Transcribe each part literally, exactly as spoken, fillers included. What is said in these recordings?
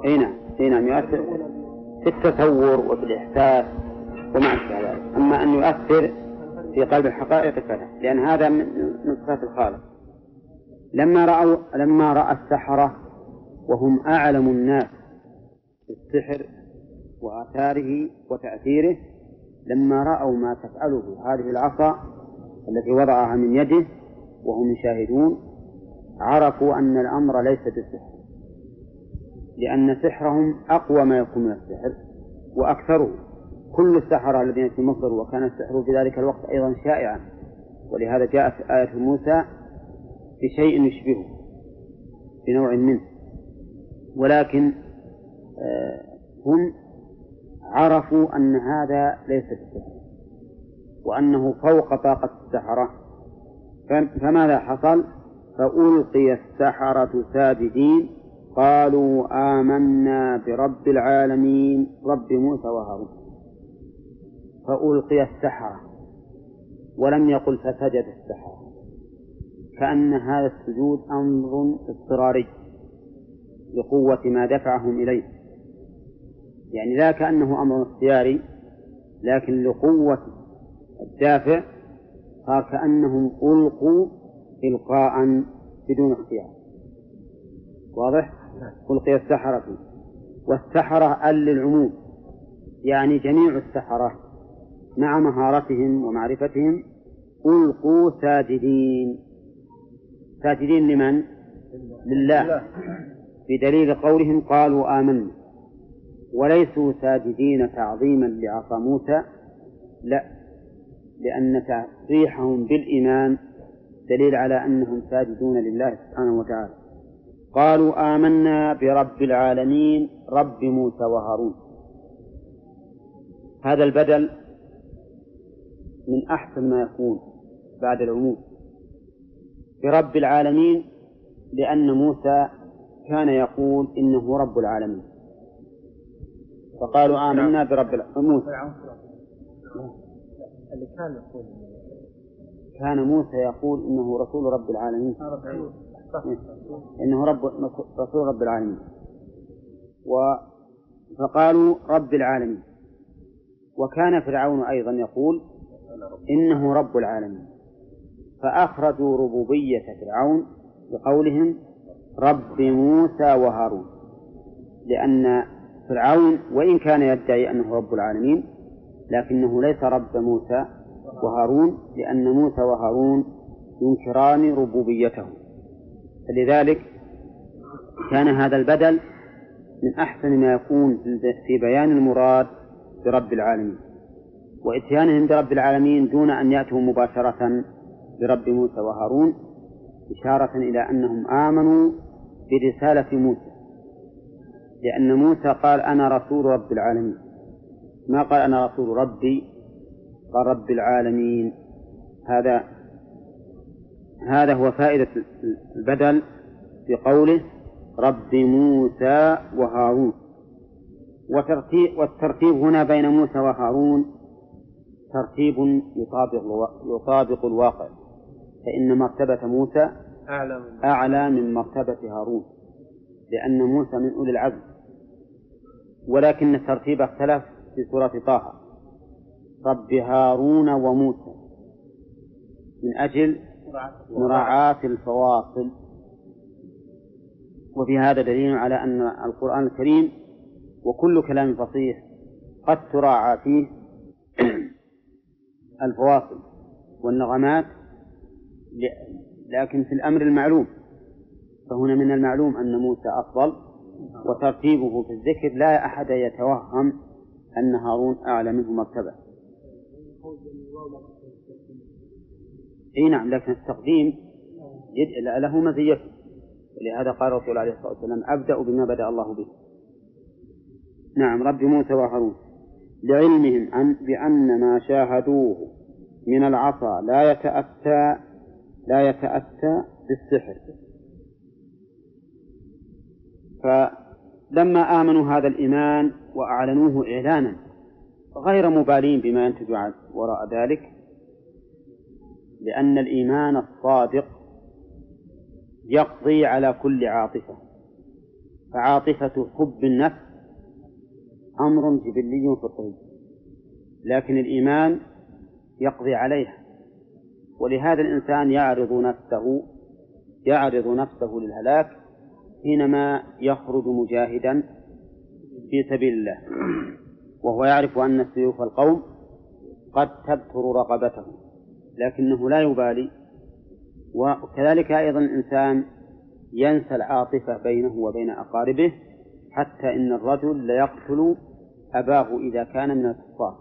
أي نعم أي نعم يؤثر في التصور وفي الإحساس وما أشبه ذلك. أما أن يؤثر في قلب الحقائق فلا، لأن هذا من صفات الخالق. لما رأوا لما رأى السحرة وهم أعلم الناس بالسحر وآثاره وتأثيره، لما رأوا ما تفعله هذه العصا التي وضعها من يده وهم يشاهدون، عرفوا أن الأمر ليس بالسحر، لأن سحرهم أقوى ما يكون من السحر وأكثره. كل السحرة الذين في مصر، وكان السحر في ذلك الوقت أيضا شائعا، ولهذا جاءت آية موسى بشيء يشبهه بنوع منه، ولكن هم عرفوا أن هذا ليس بالسحر وأنه فوق طاقة السحرة. فماذا حصل؟ فألقي السحرة ساجدين قالوا آمنا برب العالمين رب موسى وهارون. فألقي السحرة ولم يقل فسجد السحرة، كأن هذا السجود أمر اضطراري لقوة ما دفعهم إليه، يعني لا كأنه أمر اختياري، لكن لقوة الدافع صار كأنهم ألقوا إلقاء بدون اختيار. واضح؟ ألقي السحرة، والسحرة أل للعموم، يعني جميع السحرة مع مهارتهم ومعرفتهم ألقوا ساجدين. ساجدين لمن؟ لله، بدليل قولهم قالوا آمنا، وليسوا ساجدين تعظيما لعصا موسى، لا، لأن تصريحهم بالإيمان دليل على أنهم ساجدون لله سبحانه وتعالى. قالوا آمنا برب العالمين رب موسى وهارون. هذا البدل من أحسن ما يكون بعد العموم برب العالمين، لأن موسى كان يقول إنه رب العالمين، فقالوا آمنا برب العالمين. اللي كان يقول كان موسى يقول إنه رسول رب العالمين، إنه رب رسول رب العالمين، فقالوا رب العالمين. وكان فرعون أيضا يقول إنه رب العالمين، فأخرجوا ربوبية فرعون بقولهم رب موسى وهارون، لأن فرعون وإن كان يدعي أنه رب العالمين لكنه ليس رب موسى وهارون، لأن موسى وهارون ينكران ربوبيته. فلذلك كان هذا البدل من أحسن ما يكون في بيان المراد برب العالمين، وإتيانهم برب العالمين دون أن يأتوا مباشرة برب موسى وهارون، إشارة إلى أنهم آمنوا برسالة موسى، لأن موسى قال أنا رسول رب العالمين، ما قال أنا رسول ربي، قال رب العالمين. هذا هذا هو فائدة البدل في قوله رب موسى وهارون. وترتيب والترتيب هنا بين موسى وهارون ترتيب يطابق يطابق الواقع، فإن مرتبة موسى أعلى من مرتبة هارون، لأن موسى من أولي العزم، ولكن الترتيب اختلف في سورة طه، رب هارون وموسى، من أجل مراعاة الفواصل. وفي هذا دليل على أن القرآن الكريم وكل كلام فصيح قد تراعى فيه الفواصل والنغمات، لكن في الأمر المعلوم، فهنا من المعلوم أن موسى أفضل، وترتيبه في الذكر لا أحد يتوهم أن هارون أعلى منه مرتبة. أي نعم، لكن التقديم له مزيته، ولهذا قال الرسول عليه الصلاة والسلام أبدأ بما بدأ الله به. نعم، رب موسى وهارون، لعلمهم أن بأن ما شاهدوه من العصا لا يتأتى لا يتأتى بالسحر. فلما آمنوا هذا الإيمان وأعلنوه إعلانا غير مبالين بما ينتج وراء ذلك، لأن الإيمان الصادق يقضي على كل عاطفة فعاطفة حب النفس أمر جبلي فطري، لكن الإيمان يقضي عليها. ولهذا الإنسان يعرض نفسه يعرض نفسه للهلاك حينما يخرج مجاهدا في سبيل الله، وهو يعرف أن سيوف القوم قد تبتر رقبته، لكنه لا يبالي. وكذلك أيضا الإنسان ينسى العاطفة بينه وبين أقاربه، حتى إن الرجل ليقتل أباه إذا كان من الكفار.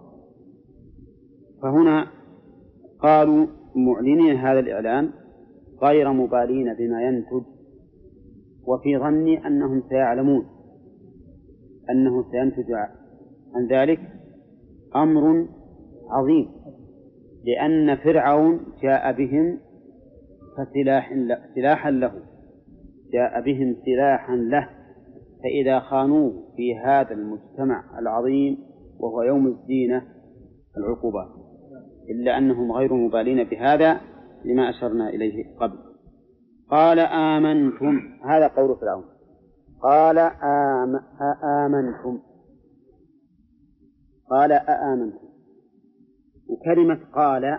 فهنا قالوا معلنين هذا الإعلان غير مبالين بما ينتج، وفي ظني أنهم سيعلمون أنه سينتج عن ذلك أمر عظيم، لأن فرعون جاء بهم فسلاح سلاحا له جاء بهم سلاحا له فإذا خانوه في هذا المجتمع العظيم وهو يوم الزينة العقوبات، إلا أنهم غير مبالين بهذا لما أشرنا إليه قبل. قال آمنتم، هذا قول فرعون، قال آم آمنتم قال آمنتم. وكلمة قال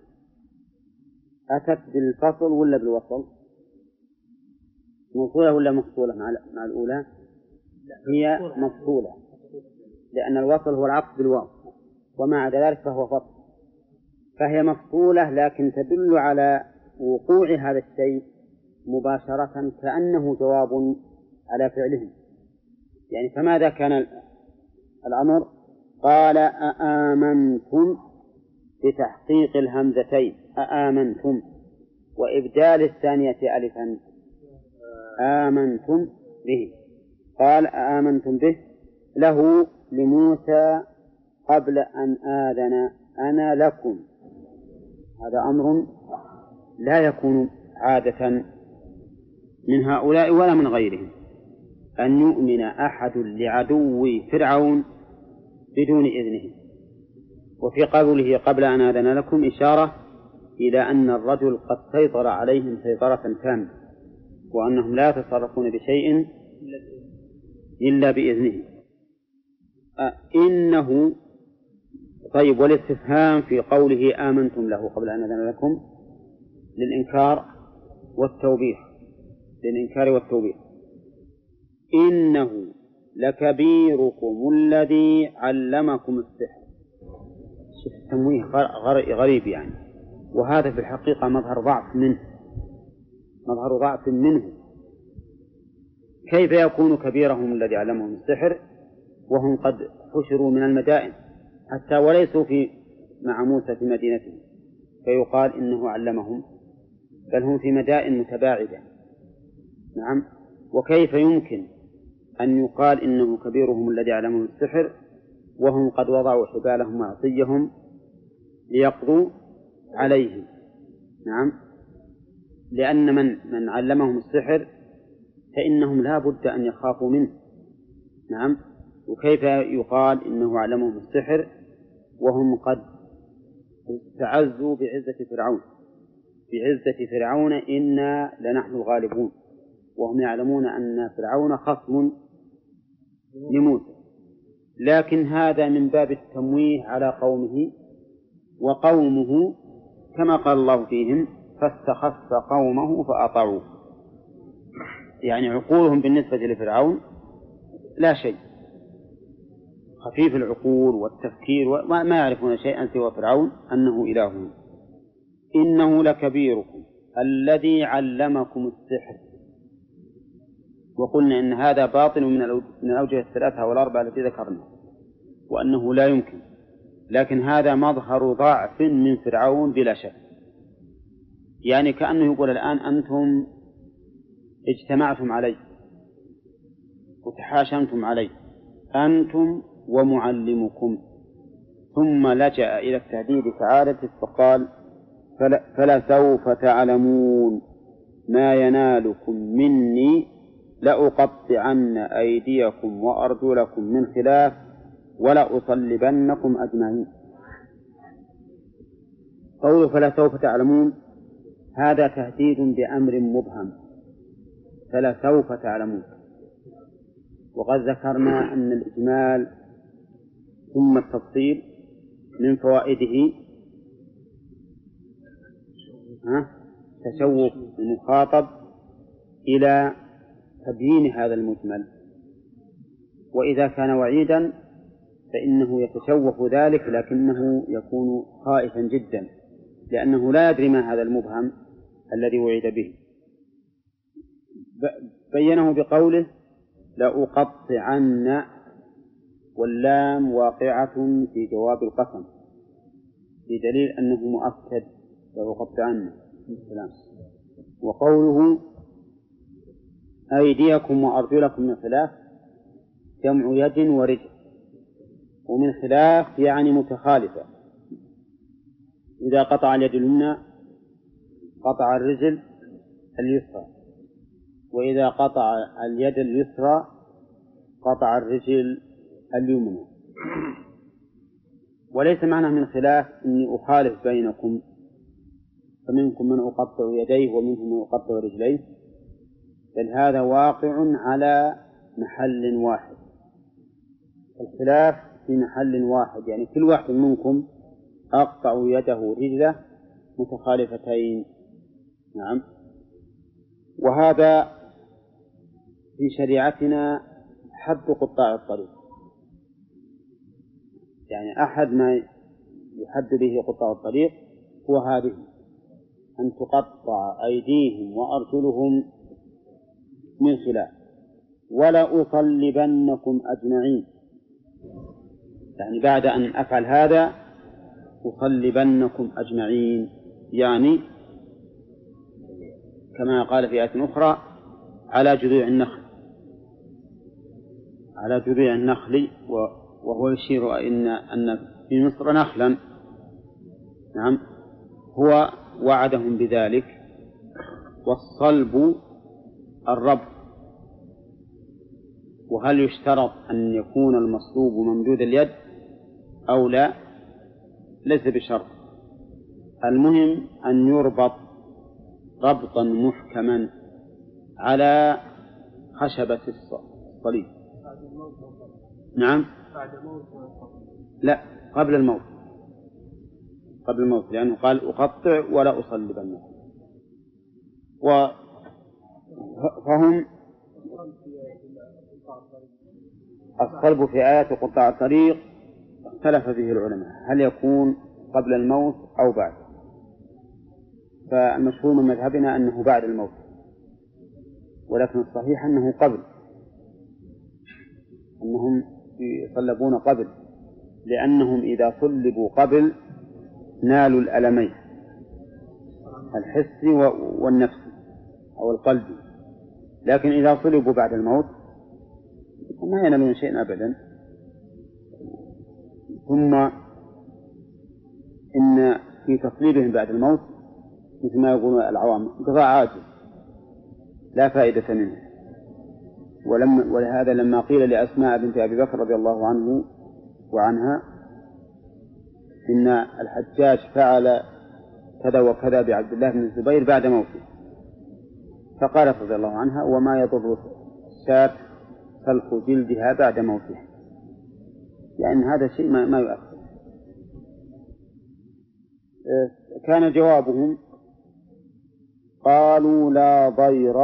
أتت بالفصل ولا بالوصل؟ موصولة ولا مفصولة مع الأولى؟ هي مفصولة، لأن الوصل هو العطف بالواو، ومع ذلك فهو فصل، فهي مفصولة لكن تدل على وقوع هذا الشيء مباشرة كأنه جواب على فعلهم. يعني فماذا كان الأمر؟ قال أآمنتم بتحقيق الهمزتين أآمنتم وإبدال الثانية ألفا آمنتم به. قال آمنتم به له لموسى قبل أن آذن أنا لكم. هذا أمر لا يكون عادة من هؤلاء ولا من غيرهم، أن يؤمن أحد لعدو فرعون بدون إذنه. وفي قوله قبل أن آذن لكم إشارة إلى أن الرجل قد سيطر عليهم سيطرة تامة، وأنهم لا يتصرفون بشيء إلا بإذنه. أه إنه طيب. والاستفهام في قوله آمنتم له قبل أن آذن لكم للإنكار والتوبيخ للإنكار والتوبيخ. إنه لكبيركم الذي علمكم السحر. شوف التمويه غريب يعني، وهذا في الحقيقة مظهر ضعف منه مظهر ضعف منه كيف يكون كبيرهم الذي علمهم السحر وهم قد حشروا من المدائن حتى وليسوا في مع موسى في مدينته فيقال إنه علمهم، بل هم في مدائن متباعدة. نعم. وكيف يمكن أن يقال إنه كبيرهم الذي علمهم السحر وهم قد وضعوا حبالهم وعصيهم ليقضوا عليهم؟ نعم، لأن من من علمهم السحر فإنهم لا بد أن يخافوا منه. نعم. وكيف يقال إنه علمهم السحر وهم قد استعزوا بعزة فرعون بعزة فرعون إنا لنحن الغالبون، وهم يعلمون أن فرعون خصم لموسى. لكن هذا من باب التمويه على قومه، وقومه كما قال الله فيهم فاستخف قومه فأطاعوه، يعني عقولهم بالنسبة لفرعون لا شيء، خفيف العقول والتفكير وما يعرفون شيئا سوى فرعون أنه إله. إنه لكبيركم الذي علمكم السحر. وقلنا إن هذا باطل من الأوجه الثلاثة والأربعة التي ذكرنا، وأنه لا يمكن، لكن هذا مظهر ضعف من فرعون بلا شك. يعني كأنه يقول الآن أنتم اجتمعتم علي وتحاشمتم علي أنتم ومعلمكم، ثم لجأ إلى التهديد كعادته فقال فلا, فلا سوف تعلمون ما ينالكم مني لأقطعن أيديكم وأرجلكم من خلاف ولأصلبنكم أجمعين. قوله فلا سوف تعلمون هذا تهديد بأمر مبهم، فلا سوف تعلمون، وقد ذكرنا أن الإجمال ثم التفصيل من فوائده تشوق المخاطب إلى تبيين هذا المجمل، وإذا كان وعيدا فإنه يتشوق ذلك لكنه يكون خائفا جدا لأنه لا يدري ما هذا المبهم الذي وعد به. بينه بقوله لأقطعن، واللام واقعة في جواب القسم بدليل أنه مؤكد لأقطعن. وقوله أيديكم وأرجلكم من خلاف جمع يد ورجل، ومن خلاف يعني متخالفة. إذا قطع اليد اليمنى قطع الرجل اليسرى، وإذا قطع اليد اليسرى قطع الرجل اليمنى. وليس معنى من خلاف إني أخالف بينكم، فمنكم من أقطع يديه ومنهم من أقطع رجليه، بل هذا واقع على محل واحد. الخلاف في محل واحد، يعني كل واحد منكم أقطع يده ورجله متخالفتين. نعم. وهذا في شريعتنا حد قطاع الطريق، يعني أحد ما يحد به قطاع الطريق هو هذه، أن تقطع أيديهم وأرجلهم من خلاف ولا أصلبنكم أجمعين، يعني بعد أن أفعل هذا أصلبنكم أجمعين، يعني كما قال في آية أخرى على جذوع النخل، على جذوع النخل، وهو يشير إن أن في مصر نخلا. نعم. هو وعدهم بذلك. والصلب الربط، وهل يشترط أن يكون المصلوب ممدود اليد أو لا؟ ليس بشرط، المهم أن يربط ربطا محكما على خشبة الصليب. نعم. لا، قبل الموت، قبل الموت، لأنه قال أقطع ولا أصلبنكم. فهم الصلب في آيات قطاع الطريق اختلف فيه العلماء هل يكون قبل الموت أو بعد، فالمشهور من مذهبنا أنه بعد الموت، ولكن الصحيح أنه قبل، أنهم يصلبون قبل، لأنهم إذا صلبوا قبل نالوا الألمين، الحسي والنفسي أو القلبي، لكن إذا صلبوا بعد الموت ما ينالون شيئا أبدا. ثم إن في تصليبهم بعد الموت مثل ما يقولون العوام انقطاع عاجل لا فائدة منه. ولما ولهذا لما قيل لأسماء بنت أبي بكر رضي الله عنه وعنها إن الحجاج فعل كذا وكذا بعبد الله بن الزبير بعد موته، فقالت رضي الله عنها وما يضر الشاة سلخ جلدها بعد موته، لأن هذا شيء ما, ما يؤثر. كان جوابهم قالوا لا ضير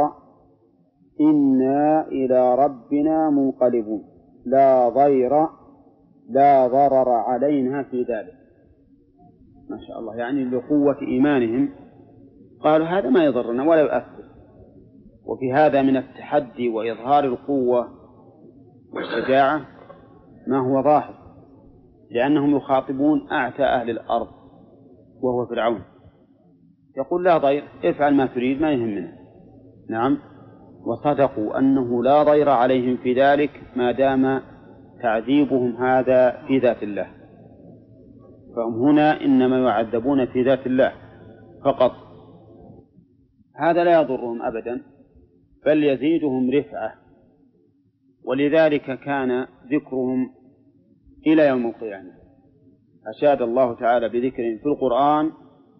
إنا إلى ربنا منقلبون. لا ضير، لا ضرر علينا في ذلك. ما شاء الله، يعني لقوة إيمانهم قالوا هذا ما يضرنا ولا يؤثر. وفي هذا من التحدي وإظهار القوة والشجاعة ما هو ظاهر، لأنهم يخاطبون أعتى أهل الأرض وهو فرعون، يقول لا ضير، افعل ما تريد ما يهمنا. نعم. وصدقوا أنه لا ضير عليهم في ذلك ما دام تعذيبهم هذا في ذات الله، فهم هنا إنما يعذبون في ذات الله فقط، هذا لا يضرهم أبدا بل يزيدهم رفعة، ولذلك كان ذكرهم إلى يوم القيامة. أشاد الله تعالى بذكرهم في القرآن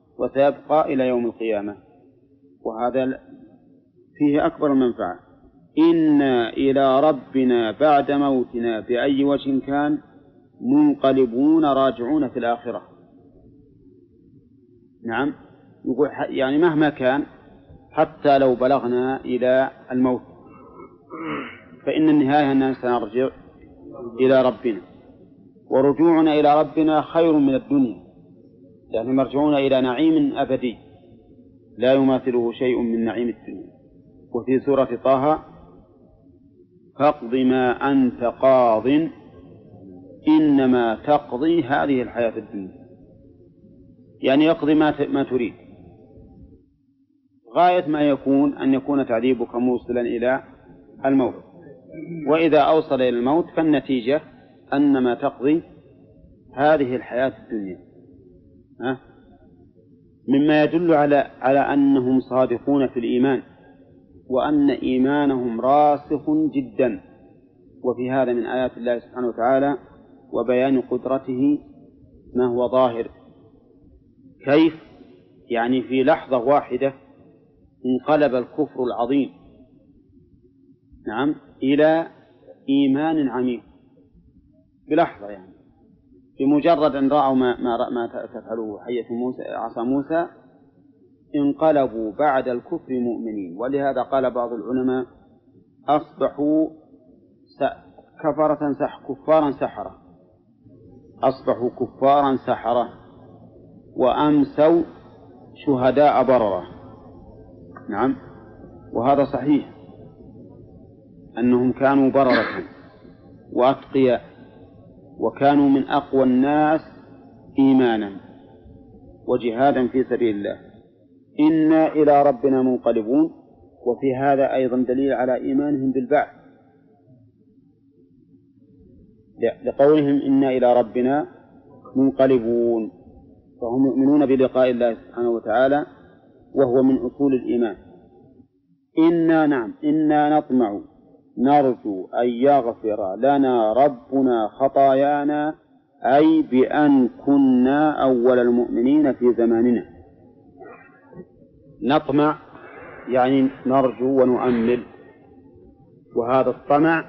وسيبقى إلى يوم القيامة، وهذا فيه أكبر المنفعة. إنا إلى ربنا بعد موتنا بأي وجه كان منقلبون راجعون في الآخرة. نعم، يقول يعني مهما كان حتى لو بلغنا إلى الموت فإن النهاية أننا سنرجع إلى ربنا، ورجوعنا إلى ربنا خير من الدنيا، لأنهم يرجعون إلى نعيم أبدي لا يماثله شيء من نعيم الدنيا. وفي سورة طه فاقض ما أنت قاض إنما تقضي هذه الحياة الدنيا، يعني يقضي ما تريد، غاية ما يكون أن يكون تعذيبك موصلا إلى الموت، وإذا أوصل إلى الموت فالنتيجة أنما تقضي هذه الحياة الدنيا. ها؟ مما يدل على على أنهم صادقون في الإيمان، وأن إيمانهم راسخ جدا. وفي هذا من آيات الله سبحانه وتعالى وبيان قدرته ما هو ظاهر. كيف؟ يعني في لحظة واحدة انقلب الكفر العظيم نعم إلى إيمان عميق بلحظة، يعني بمجرد أن رأوا ما, ما, ما تفعله حية موسى عصا موسى انقلبوا بعد الكفر مؤمنين. ولهذا قال بعض العلماء أصبحوا كفرة سح كفارا سحرة، أصبحوا كفارا سحرة وأمسوا شهداء بررة. نعم، وهذا صحيح أنهم كانوا بررة وأتقياء، وكانوا من أقوى الناس إيمانا وجهادا في سبيل الله. إنا إلى ربنا منقلبون، وفي هذا أيضا دليل على إيمانهم بالبعث، لقولهم إنا إلى ربنا منقلبون، فهم يؤمنون بلقاء الله سبحانه وتعالى وهو من أصول الإيمان. إنا نعم إنا نطمع نرجو أن يغفر لنا ربنا خطايانا، أي بأن كنا أول المؤمنين في زماننا. نطمع يعني نرجو ونؤمل، وهذا الطمع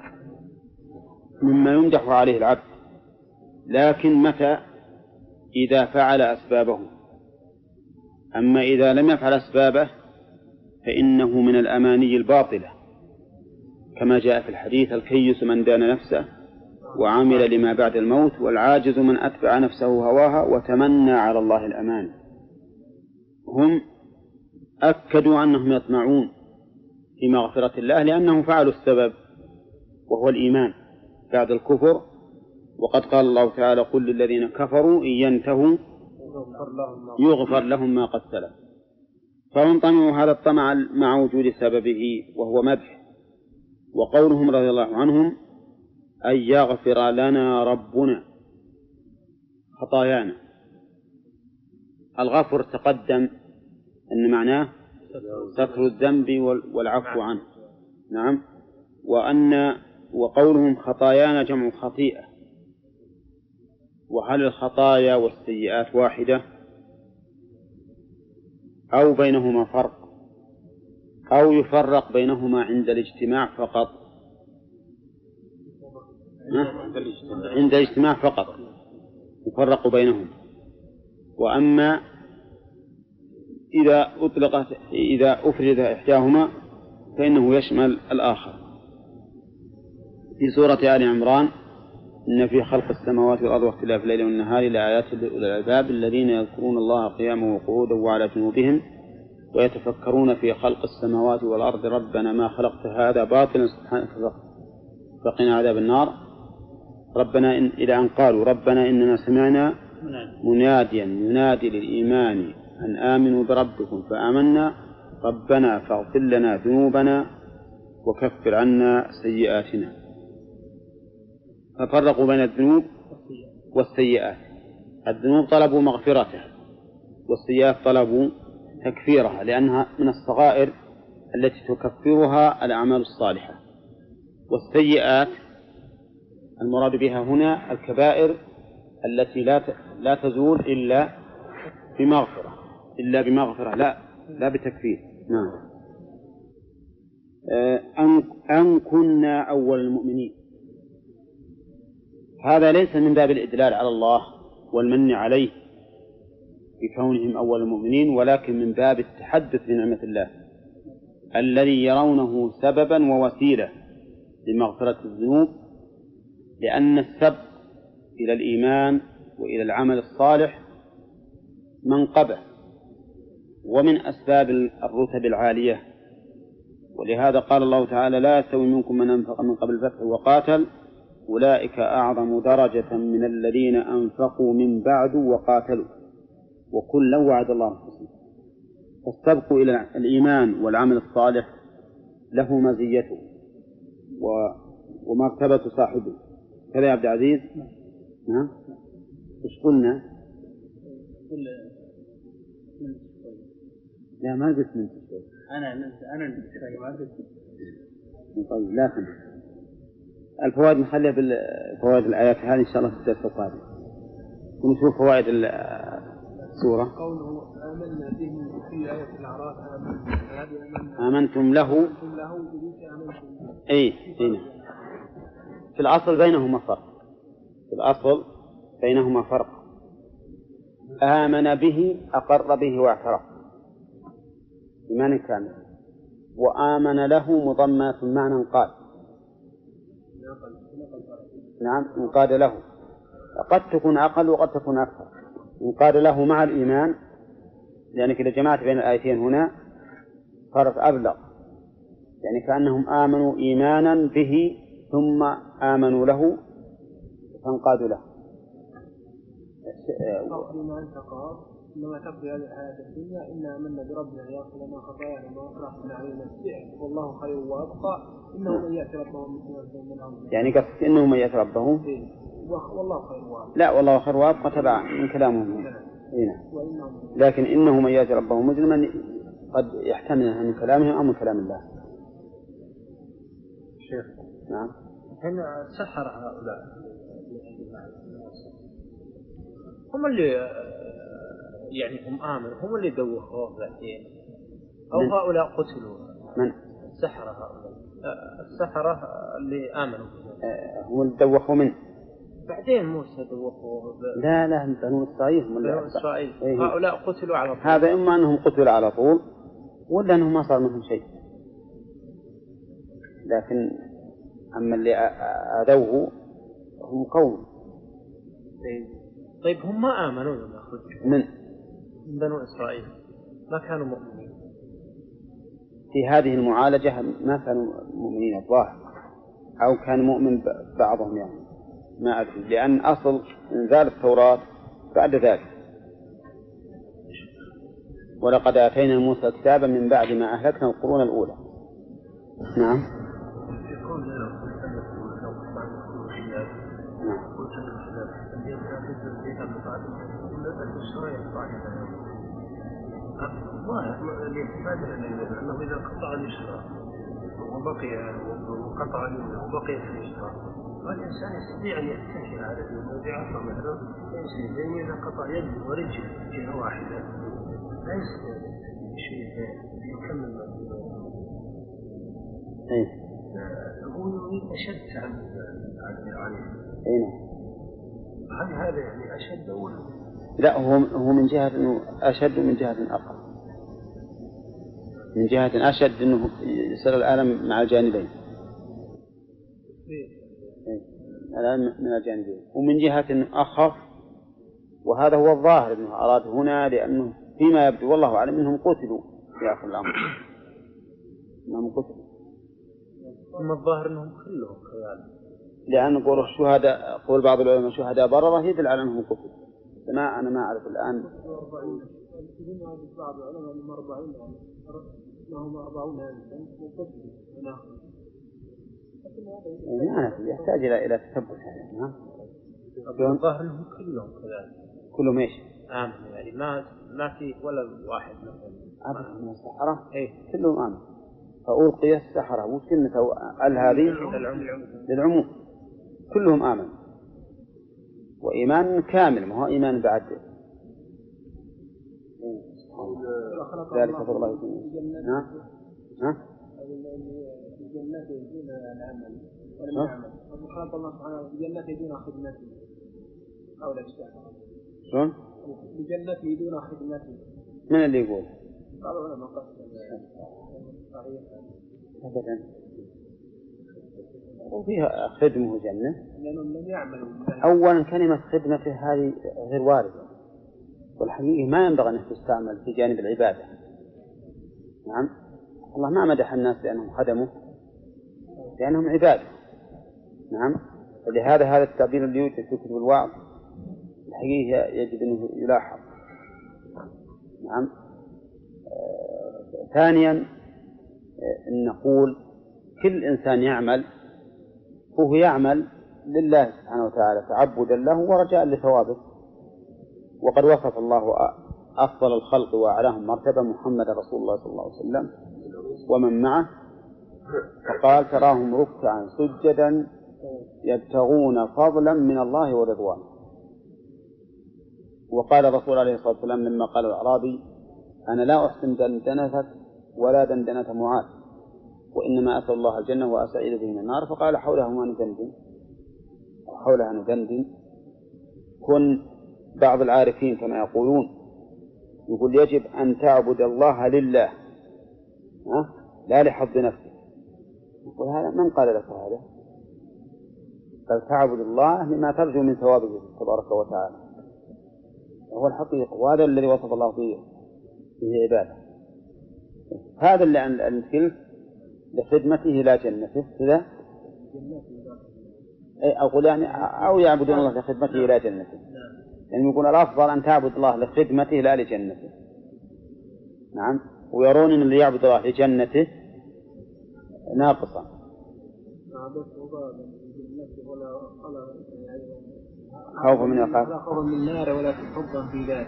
مما يمدح عليه العبد، لكن متى؟ إذا فعل أسبابه. أما إذا لم يفعل أسبابه فإنه من الأماني الباطلة، كما جاء في الحديث: الكيس من دان نفسه وعمل لما بعد الموت، والعاجز من أتبع نفسه هواها وتمنى على الله الأمان. هم أكدوا أنهم يطمعون في مغفرة الله لأنهم فعلوا السبب وهو الإيمان بعد الكفر، وقد قال الله تعالى: قل للذين كفروا إن ينتهوا يغفر لهم ما قد سلف. فهم طمعوا هذا الطمع مع وجود سببه وهو مدح. وقولهم رضي الله عنهم: أن يغفر لنا ربنا خطايانا. الغفر تقدم أن معناه ستر الذنب والعفو عنه. نعم. وأن وقولهم خطايانا جمع خطيئة. وهل الخطايا والسيئات واحدة أو بينهما فرق، أو يفرق بينهما عند الاجتماع فقط؟ عند الاجتماع فقط يفرق بينهم. وأما إذا أطلقت إذا أفرد إحداهما فإنه يشمل الآخر. في سورة آل عمران: إن في خلق السماوات والأرض واختلاف الليل والنهار لآيات لأولي الألباب الذين يذكرون الله قياما وقعودا وعلى جنوبهم ويتفكرون في خلق السماوات والأرض ربنا ما خلقت هذا باطلا سبحانك فقنا عذاب النار. ربنا إن إلى أن قالوا: ربنا إننا سمعنا مناديا ينادي للإيمان أن آمنوا بربكم فآمنا ربنا فاغفر لنا ذنوبنا وكفر عنا سيئاتنا. ففرقوا بين الذنوب والسيئات. الذنوب طلبوا مغفرته، والسيئات طلبوا تكفيرها، لأنها من الصغائر التي تكفرها الأعمال الصالحة. والسيئات المراد بها هنا الكبائر التي لا لا تزول إلا بمغفرة إلا بمغفرة لا لا بتكفير. نعم. أن أن كنا أول المؤمنين. هذا ليس من باب الإدلال على الله والمن عليه بكونهم أول المؤمنين، ولكن من باب التحدث بنعمة الله الذي يرونه سببا ووسيلة لمغفرة الذنوب، لأن السبب إلى الإيمان وإلى العمل الصالح منقبة ومن أسباب الرتب العالية. ولهذا قال الله تعالى: لا يستوي منكم من أنفق من قبل الفتح وقاتل أولئك أعظم درجة من الذين أنفقوا من بعد وقاتلوا وكلا وعد الله الحسنى. فالسبق إلى الإيمان والعمل الصالح له مزيته ومرتبة صاحبه. كذا يا عبد العزيز؟ نعم. إيش قلنا؟ لا ما قلت من شوي. أنا أنا شوي ما قلت. طيب لا تنسى. الفوائد نخليها بالفوائد الآيات هذه إن شاء الله في الدرس القادم. ونشوف فوائد السورة. قوله آمنا به في آية الأعراف آمنتم له. أي هنا في الأصل بينهما فرق. في الأصل بينهما فرق. آمن به أقر به واعترف إيمان كامل، وآمن له مضمنة معنى قال. نعم انقاد له، قد تكون أقل وقد تكون أكثر. انقاد له مع الإيمان، لأنك إذا جمعت بين الآيتين هنا صارت أبلغ، يعني كأنهم آمنوا إيمانا به ثم آمنوا له فانقادوا له. بما أنت قال إنما تقضي هذه الحياة الدنيا إنا آمنا بربنا ليغفر لنا خطايانا وما أكرهنا عليه من السحر والله خير وأبقى إنه من يأتي ربه من يعني قصدك إنه من يأتي ربه والله خير وأبقى. لا والله خير وأبقى تبع من كلامهم هنا، لكن إنه من يأتي ربه مجرما قد يحتمل من كلامهم أو من كلام الله. شيخ نعم. هنا سحر هؤلاء هم اللي يعني هم آمنوا، هم اللي دوخوه بعدين أو من؟ هؤلاء قتلوا. من؟ السحرة هؤلاء السحرة اللي آمنوا أه هم اللي دوخوا منه بعدين موسى دوخوه ب... لا لا بنو إسرائيل هم بنو إسرائيل إيه. هؤلاء قتلوا على طول. هذا إما أنهم قتلوا على طول ولا أنهم ما صار منهم شيء، لكن أما اللي أذوه هم قوم. طيب هم ما آمنوا لما خرجوا من بنو إسرائيل ما كانوا مؤمنين في هذه المعالجة، ما كانوا مؤمنين الظاهر، أو كان مؤمن بعضهم يعني ما أدري، لأن أصل إنزال التوراة بعد ذلك. ولقد آتينا موسى كتابا من بعد ما أهلكنا القرون الأولى. نعم. أنه إذا قطع الإشراء وبقي وقطع وبقي في الإشراء فالإنسان يستطيع أن يتكي على اليوم بعصا مثلا يمشي زي إذا قطع يد ورجل جهة واحدة لا يستطيع شيء يكمل ما فيه. هو يريد أشد عن عن أين؟ هل هذا يعني أشد ولا؟ لا هو هو من جهة إنه أشد ومن جهة أقل. من جهة أشد إنه يصير الألم مع الجانبين. الألم من الجانبين، ومن جهة إنه أخف، وهذا هو الظاهر إنه أراد هنا، لأنه فيما يبدو والله أعلم إنهم قتلوا في آخر الأمر. إنهم قتلوا. ثم الظاهر إنهم كلهم خيال. لأن قول الشهداء، قول بعض العلماء شهداء بررة يدل على أنهم قتلوا. ما أنا ما أعرف الآن. بعض العلماء أنهم أربعين أنهم أربعون ألفا وقتلوا من آخر. يعني يحتاج إلى إلى تثبت هذا. نعم. الظاهر أنهم كلهم كذلك. كلهم إيش؟ آمن يعني ما ما في ولا واحد مثلا. أبدا من السحرة. إيه. كلهم آمن. فألقي السحرة وكلمة ال هذه للعموم. كلهم آمن. وإيمان كامل، ما هو إيمان بعد. ذلك فضل الله يكون. ها؟ ها؟ الجنات يدون العمل ولم يعمل وقال الله سبحانه الجنات يدون خدمته أو لا يشتغل شلون؟ الجنات يدون خدمته من اللي يقول؟ قالوا أنا ما قصد صحيح أبدا وفيها خدمه جنة لأنهم لم يعملوا. أولا كلمة خدمته هذه غير واردة والحقيقة ما ينبغي أن تستعمل في جانب العبادة. نعم الله ما مدح الناس لأنهم خدموا لأنهم عباد. نعم ولهذا هذا التعبير اللي يوجد في كتب الوعظ الحقيقة يجب أنه يلاحظ. نعم آه، ثانيا آه، أن نقول كل إنسان يعمل هو يعمل لله سبحانه وتعالى تعبدا له ورجاء لثوابه. وقد وصف الله أفضل الخلق وأعلاهم مرتبة محمد رسول الله صلى الله عليه وسلم ومن معه فقال تراهم ركعا سجدا يبتغون فضلا من الله ورضوانه. وقال الرسول عليه الصلاة والسلام لما قال الأعرابي أنا لا أحسن دندنتك ولا دندنة معاذ وإنما أسأل الله الجنة وأسعيد به من النار فقال حولها ما ندندن حولها ندندن. كن بعض العارفين كما يقولون يقول يجب أن تعبد الله لله ها؟ لا لحظ نفسه. يقول هذا من قال لك هذا؟ قال تعبد الله لما ترجو من ثوابه تبارك وتعالى هو الحقيقة وهذا الذي وصف الله فيه فيه عباده. هذا اللي عن الكلف لخدمته لا جنته كذا أقول يعني أو يعبدون الله لخدمته لا جنته يعني يقول الأفضل أن تعبد الله لخدمته لا لجنته. نعم ويرون أن اللي يعبد الله لجنته ناقصا خوفا من يخاف لا خوفا من النار ولا حبا في ذلك.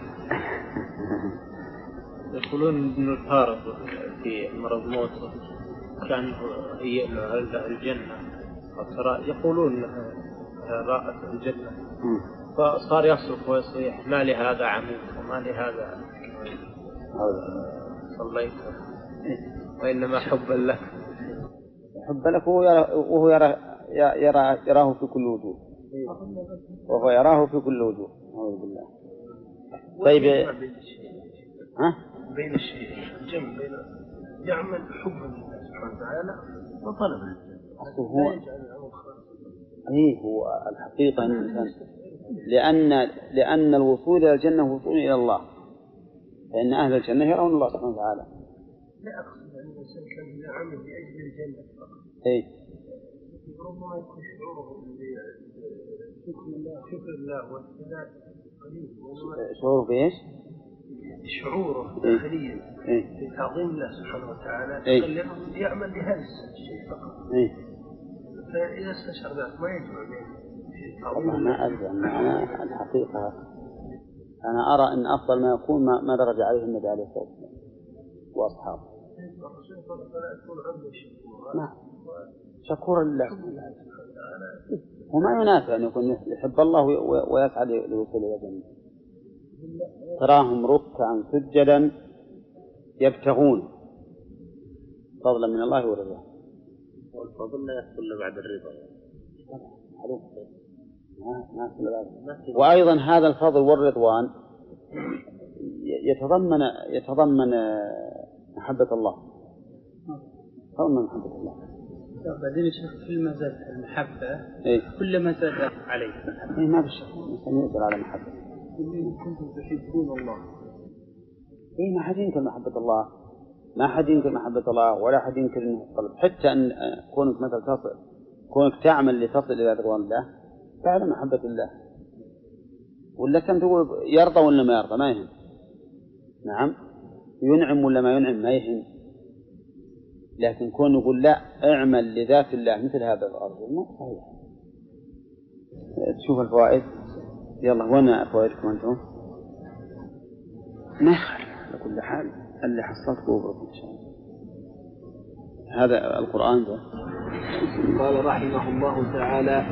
يقولون ابن الفارض في مرض موته كان هي الجنة يقولون رأت الجنة فصار يصرخ ويصيح ما لهذا عمود وما لهذا صليت وإنما حبا له حبا له وهو يرى يرى يراه في كل وجوه وهو يراه في كل وجوه. أعوذ بالله. طيب ها بين الشيء الجمع بين يعمل حبا لله سبحانه وتعالى وطلبا هو أي هو الحقيقة الإنسان لأن لأن الوصول إلى الجنة وصول إلى الله فإن أهل الجنة يرون الله سبحانه وتعالى. لا أقصد أن الإنسان كان يعمل لأجل الجنة فقط. إيه. ربما يكون شعوره شكر الله شكر الله والثناء قليل. شعوره بإيش؟ شعوره داخليا إيه؟ بتعظيم الله سبحانه وتعالى إيه؟ يعمل لهذا الشيء فقط. إيه؟ فإذا استشعر ذلك ما يجمع بين والله ما أدري أنا الحقيقة أنا أرى أن أفضل ما يكون ما, ما درج عليه النبي عليه الصلاة والسلام وأصحابه. نعم شكورا لله وما ينافع أن يكون يحب الله ويسعى لوصول إلى الجنة. تراهم ركعا سجدا يبتغون فضلا من الله ورضوانه. والفضل لا يحصل بعد الرضا. وأيضا هذا الفضل والرضوان يتضمن يتضمن محبة الله. تضمن محبة الله. بعدين الشيخ كل ما زاد المحبة إيه؟ كل ما زاد عليه. إيه ما بالشك الإنسان يقدر على محبة. إن كنتم تحبون الله. إيه ما حد ينكر محبة الله ما حد ينكر محبة الله ولا حد ينكر إنه قلب حتى أن كونك مثلا تصل كونك تعمل لتصل إلى رضوان الله فعلا محبة الله. ولا كم تقول يرضى ولا ما يرضى ما يهم. نعم ينعم ولا ما ينعم ما يهم. لكن كون يقول لا اعمل لذات الله مثل هذا الأرض ما صحيح. تشوف الفوائد يلا وين فوائدكم أنتم؟ ما يخالف على كل حال اللي حصلت قوبركم إن شاء الله. هذا القرآن ده. قال رحمه الله تعالى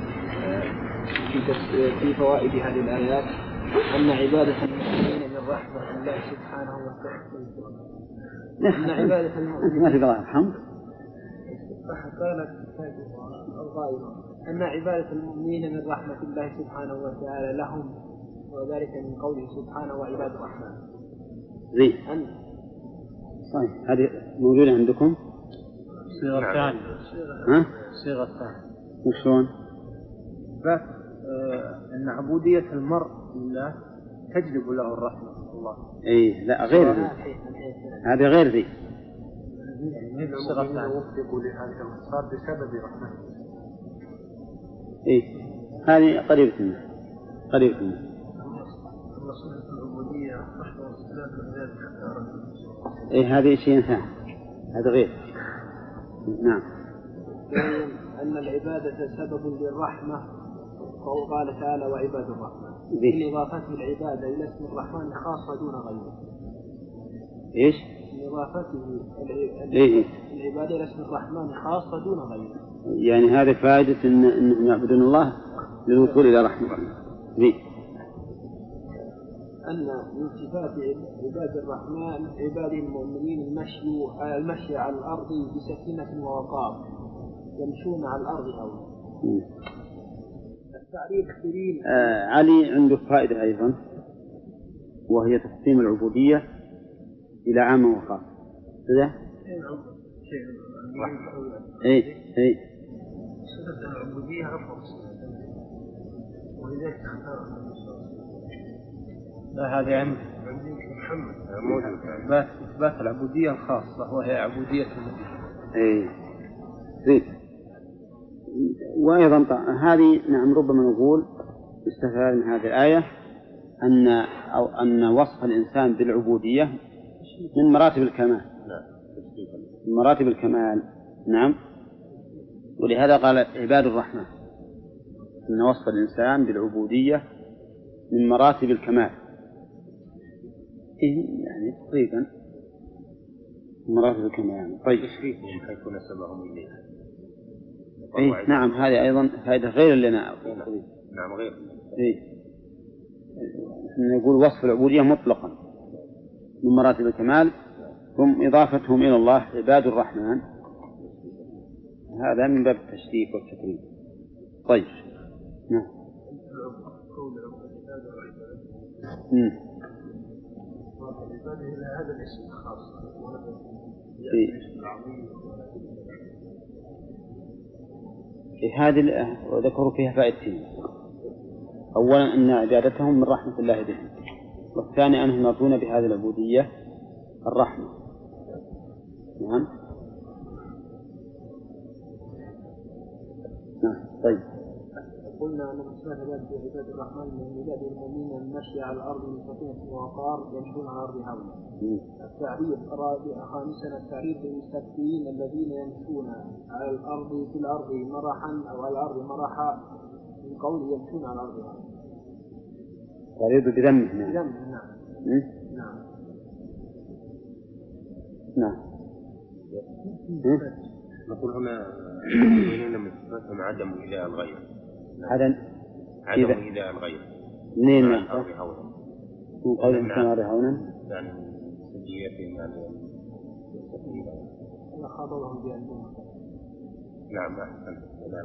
في في فوائد هذه الآيات أن عبادة المؤمنين من رحمة الله سبحانه وتعالى. أن عبادة المؤمنين ما في الله الحمد قالت الغائبة أن عبادة المؤمنين من رحمة الله سبحانه وتعالى لهم، وذلك من قوله سبحانه وعباد الرحمن. زين. صحيح. هذه موجودة عندكم؟ صيغة ثانية. ها؟ صيغة ثانية. وشلون؟ بس آه أن عبودية المرء لله تجلب له الرحمة الله. إيه لا غير ذي. هذه غير ذي. يعني صيغة ثانية. وفقوا لهذه الخصال بسبب رحمته. إيه هذه قريبة منه. قريبة منه. إيه هذه شيء ثاني. هذا غير. نعم. أن العبادة سبب للرحمة، وهو قال تعالى وعباد الرحمن، من إضافته العبادة إلى اسم الرحمن خاصة دون غيره. إيش؟ من إضافته إيه؟ العبادة إلى اسم الرحمن خاصة دون غيره. يعني هذه فائدة إن إنهم يعبدون الله للوصول إلى رحمة الله. ذي. أن من صفات عباد الرحمن عباد المؤمنين المشي المشي على الأرض بسكينة ووقار، يمشون على الأرض هونا. التعريف كريم. آه علي عنده فائدة أيضا، وهي تقسيم العبودية إلى عام وخاص. كذا؟ إيه إيه. صفة العبودية أفضل ولذلك اختار. لا هذا عند محمد موجود. إثبات إثبات العبودية الخاصة وهي عبودية النبي. إيه. زين. وأيضا هذه نعم ربما نقول استفاد من هذه الآية أن أو أن وصف الإنسان بالعبودية من مراتب الكمال. من مراتب الكمال. نعم. ولهذا قال عباد الرحمن أن وصف الإنسان بالعبودية من مراتب الكمال. إيه يعني تقريبا مراتب الكمال. طيب. تشريفهم حيث نسبهم إليه. إيه نعم هذه أيضا فائدة غير لنا. نعم غير. إيه. نقول وصف العبودية مطلقا من مراتب الكمال، ثم إضافتهم إلى الله عباد الرحمن، هذا من باب التشريف والتكريم. طيب. نعم. امم. هذا الاسم الخاص وهذا الاسم العظيم. هذه وذكروا فيها فائدتين. أولا أن عبادتهم من رحمة الله بهم، والثاني أنهم يرجون بهذه العبودية الرحمة. نعم. نعم. طيب. قلنا أن مصدر عباد الرحمن من عباد المؤمنين المشي على الأرض من سكينة ووقار يمشون على الأرض هونا. التعريف الرابع خامسا التعريف بالمستكبرين الذين يمشون على الأرض في الأرض مرحا أو على الأرض مرحا، من قول يمشون على الأرض هونا. تعريف بذمه. نعم. بذمه. نعم. نعم. نعم. نعم. نقول هنا المؤمنين من صفاتهم عدم إله الغير. عدم عدم إله الغير. منين؟ من قول يمشون هونا. يعني سجيتهم يعني أنا خاطبهم بأنهم. نعم أحسن.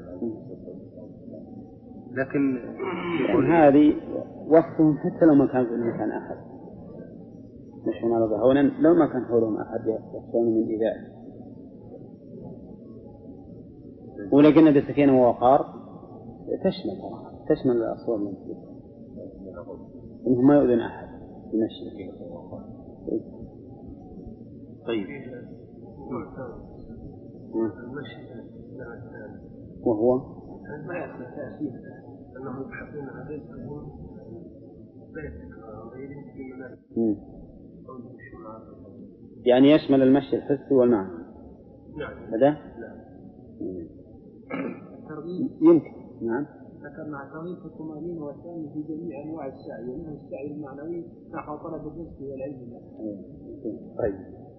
لكن يعني هذه وصفهم حتى لو ما كان في المكان أحد يمشون على الأرض هونا، لو ما كان حولهم أحد يخشون من إيذائه. ولكن بسكينة ووقار تشمل تشمل الأصوات من فيه، إنهم ما يؤذون أحد بمشي. طيب. وهو أنهم يبحثون عن رزقهم بيتك غيرهم في منازل. يعني يشمل المشي الحسي والمعنى. نعم. هذا؟ نعم. يمكن. نعم. ذكرنا ترغيب الطمأنينة والثاني في جميع أنواع السعي، ومنه السعي المعنوي نحو طلب الرزق والعلم. طيب.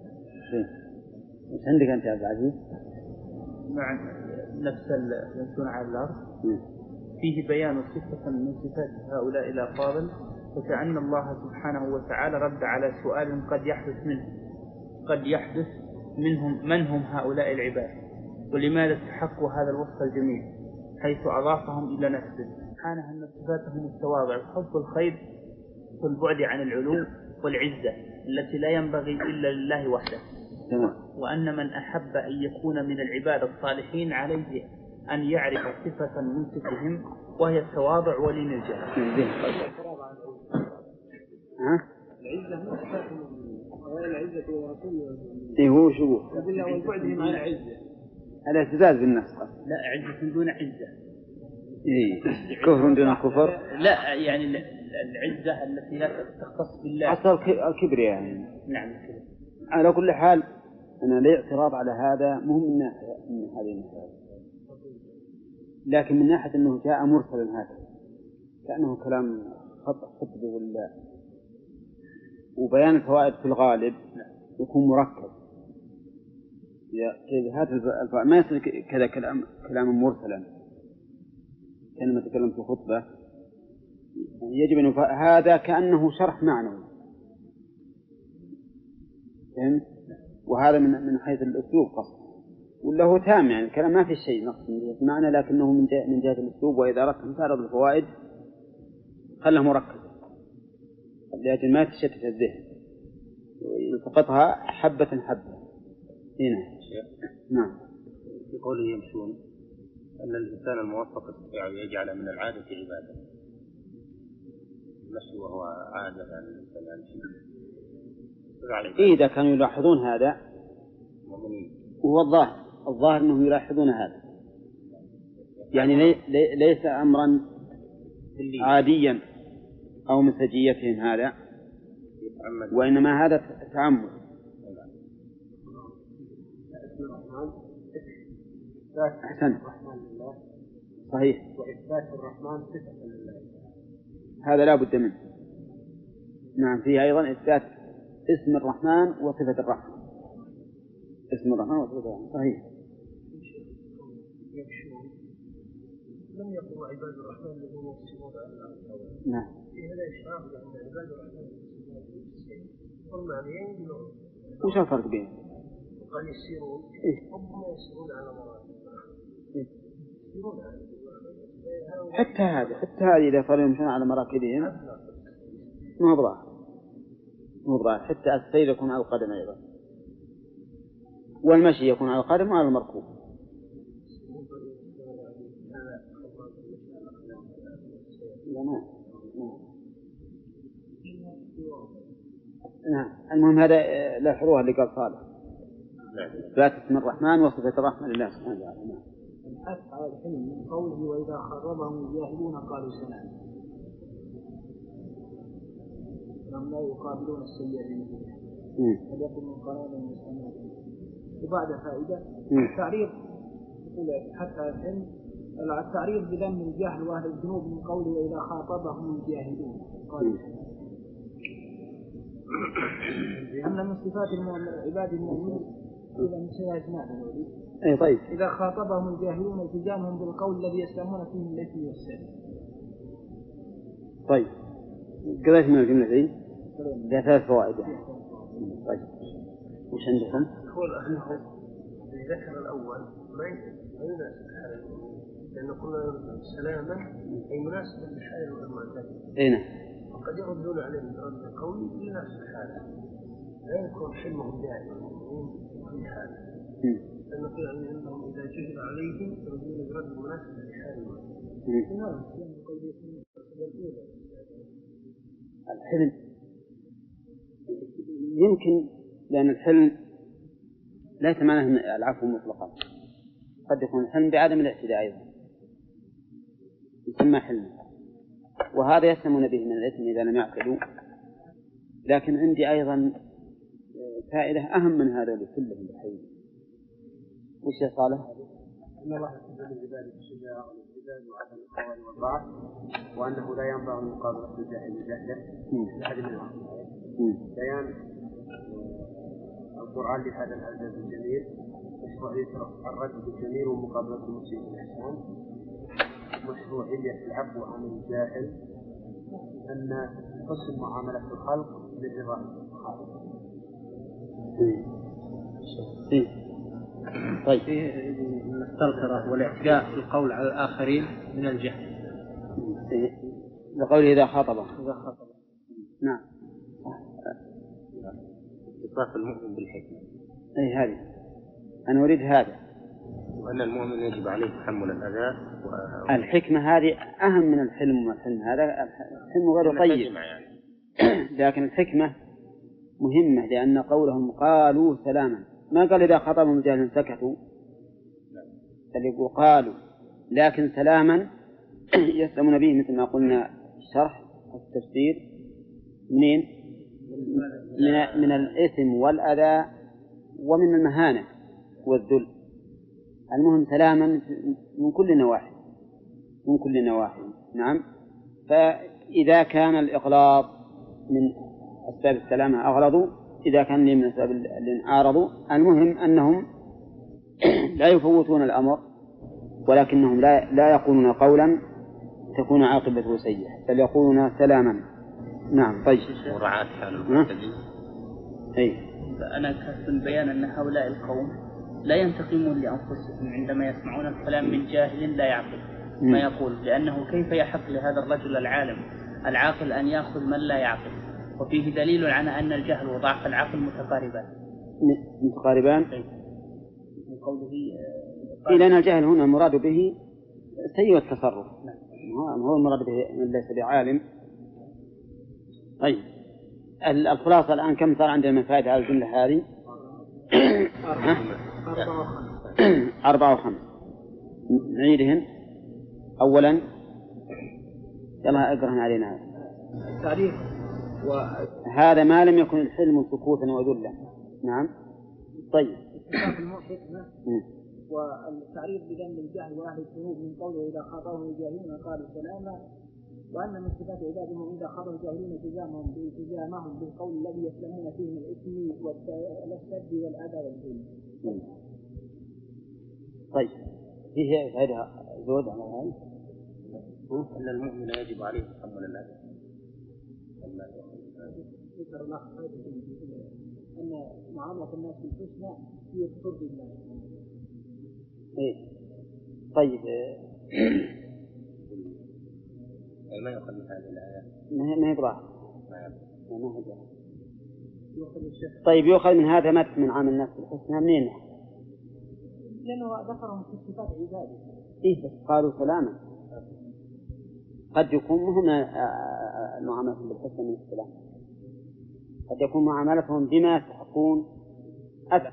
ايش عندك أنت يا عبد العزيز؟ مع نفس يمشون على الأرض فيه بيان صفة من صفات هؤلاء الأفاضل، وكأن الله سبحانه وتعالى رد على سؤال قد يحدث منه قد يحدث منهم من هم هؤلاء العباد، ولماذا استحقوا هذا الوصف الجميل حيث أضافهم إلى نفسه سبحانه أن صفاتهم التواضع وحب الخير والبعد عن العلو والعزة التي لا ينبغي إلا لله وحده، وأن من أحب أن يكون من العباد الصالحين عليه أن يعرف صفة من صفهم وهي التواضع ولين الجهل. العزة مش صفات العزة ورسوله. إيه هو شو؟ والبعدهم على عزة. الاعتزاز بالنفس. لا، عزة دون عزة. إيه كفر دون كفر. لا يعني العزة التي لا تختص بالله. أصل الكبر يعني. نعم. على كل حال أنا لي اعتراض على هذا مهم من ناحية من هذه المسائل، لكن من ناحية أنه جاء مرسلا هكذا كأنه كلام خطبه ولا وبيان الفوائد في الغالب يكون مركب. هذا الفوائد ما يصير كذا كلام كلام مرسلا كأنما تكلم في خطبة. يجب أن هذا كأنه شرح معنوي، فهمت؟ وهذا من من حيث الأسلوب قصد، ولا هو تام يعني الكلام ما في شيء نقص من جهة معنى، لكنه من جهة من جهة الأسلوب. وإذا أردت أن تعرض الفوائد خله مركز لأجل ما تشتت الذهن ويلتقطها حبة حبة. هنا نعم. في قوله يمشون أن الإنسان الموفق يستطيع أن يجعل من العادة عبادة، المشي وهو عادة يعني الإنسان يمشي. إذا كانوا يلاحظون هذا هو الظاهر الظاهر أنهم يلاحظون هذا، يعني لي لي ليس أمرا عاديا أو من سجيتهم هذا، وإنما هذا تعمد. أحسن صحيح. وإثبات الرحمن صفة لله هذا لا بد منه. نعم فيه أيضا إثبات اسم الرحمن وصفة الرحمن. اسم الرحمن وصفة الرحمن صحيح. لم يقل عباد الرحمن الذين يمشون على الأرض. نعم. في هذا إشعار بأن عباد الرحمن يمشون والمعنيين وش الفرق بينهم؟ قال يسيرون ربما يسيرون على مراتب. يسيرون على حتى هذا حتى هذه إذا صاروا يمشون على مراكبهم ما بظاهر ما بظاهر. حتى السير يكون على القدم أيضا، والمشي يكون على القدم وعلى المركوب. لا نعم. المهم هذا لاحظوها اللي قال صالح إثبات اسم الرحمن وصفة الرحمن لله سبحانه وتعالى. نعم. الحث على الحلم من قوله وإذا خربهم الجاهلون قالوا سلام، هم لا يقابلون السيئة بمثله وليكن من قرارهم يستمرون. وبعد فائدة التعريض يقول حتى الحلم التعريض بذم الجهل وأهل الذنوب من قوله وإذا خاطبهم الجاهلون قالوا سلام. أن من صفات العباد المؤمنين إذا نسيها أسماء أي طيب. إذا خاطبهم الجاهلون التزامهم بالقول الذي يسلمون فيه التي والسلم. طيب قضيت من الجملة دي ذات ثلاث فوائد. طيب وش عندكم؟ هو الأخير ذكر الأول ما يناسب الحال، لأنه قلنا سلاما أي مناسبا للحال المعتاد. أين؟ وقد يردون عليه برد القول يناسب الحال، لا يكون حلمهم دائما في حال. فنقول يعني أنهم إذا جهل عليهم يردون برد مناسب لحال الحلم. يمكن لأن الحلم ليس معناه العفو مطلقا، قد يكون الحلم بعدم الاعتداء أيضا يسمى حلم، وهذا يسلمون به من الإثم إذا لم يعقلوا. لكن عندي أيضا فائدة أهم من هذا كلهم بحقيقة. وش يا صالح؟ أن الله يحب العباد بالشجاعة والاعتدال وعدم القوال والضعف، وأنه لا ينبغي مقابلة الجاهل بجهله لأحد منهم. بيان القرآن لهذا الأدب الجميل، مشروعية الرد بالجميل ومقابلة المسيء بالإحسان، مشروعية العفو عن الجاهل، أن حسن معاملة الخلق للرضا الخالق. طيب فيه المستنكرة والاعتداء في القول على الآخرين من الجهل. لقوله إذا خاطبه. إذا خاطبه. نعم. إصاف المؤمن بالحكمة. أي هذه أنا أريد هذا. وأن المؤمن يجب عليه تحمل الأذى. و... الحكمة هذه أهم من الحلم والحلم، هذا الحلم غير طيب يعني. لكن الحكمة مهمة، لأن قولهم قالوا سلاما، ما قال إذا خطبهم الجاهل سكتوا، بل يقول قالوا، لكن سلاما يسلمون به مثل ما قلنا الشرح والتفسير منين؟ من, من الإثم والأذى ومن المهانة والذل. المهم سلاما من كل نواحي، من كل نواحي. نعم. فإذا كان الإغلاظ من أسباب السلامة أغلظوا، إذا كان من أسباب الذين أعرضوا، المهم أنهم لا يفوتون الأمر، ولكنهم لا لا يقولون قولا تكون عاقبته سيئة، بل يقولون سلاما. نعم. طيب. مراعاة حال المعتدين. أي. أنا كفت بيان أن هؤلاء القوم لا ينتقمون لأنفسهم عندما يسمعون الكلام من جاهل لا يعقل ما يقول، لأنه كيف يحق لهذا الرجل العالم العاقل أن يأخذ من لا يعقل؟ وفيه دليل على أن الجهل وضعف العقل متقاربان. متقاربان. من قوله إلى أن الجهل هنا المراد به سيء التصرف، هو المراد به من ليس بعالم. طيب الخلاصة الآن كم صار عندنا من فائدة على الجملة هذه؟ أربعة وخمس. نعيدهن. أولا يلا اقرأن علينا التعريف. هذا ما لم يكن الحلم سكوتا وذلا. نعم. طيب. الحكمة والتعريف بذنب الجهل وأهل الذنوب من قوله إذا خاطبهم الجاهلون قالوا سلاما، وأن من صفات عبادهم إذا خاطبوا الجاهلين التزامهم بالتزامهم بالقول الذي يسلمون فيه من الإثم والسب والأذى والذل. طيب فيه فائدة زود على هذا أن المؤمن يجب عليه تحمل الأذى. ذكر الله أن معاملة الناس بالحسنى هي ترضي الله. إيه. طيب ما يؤخذ من هذه الآية؟ ما يقرأ. ما يقرأ. طيب يؤخذ من هذا مدح من عامل الناس بالحسنى منين؟ لأنه ذكرهم في صفات عباده. إيه بس قالوا سلاما، قد يكون مهم معاملتهم بالحسنى من السلام، قد يكون معاملتهم بما يستحقون أذى.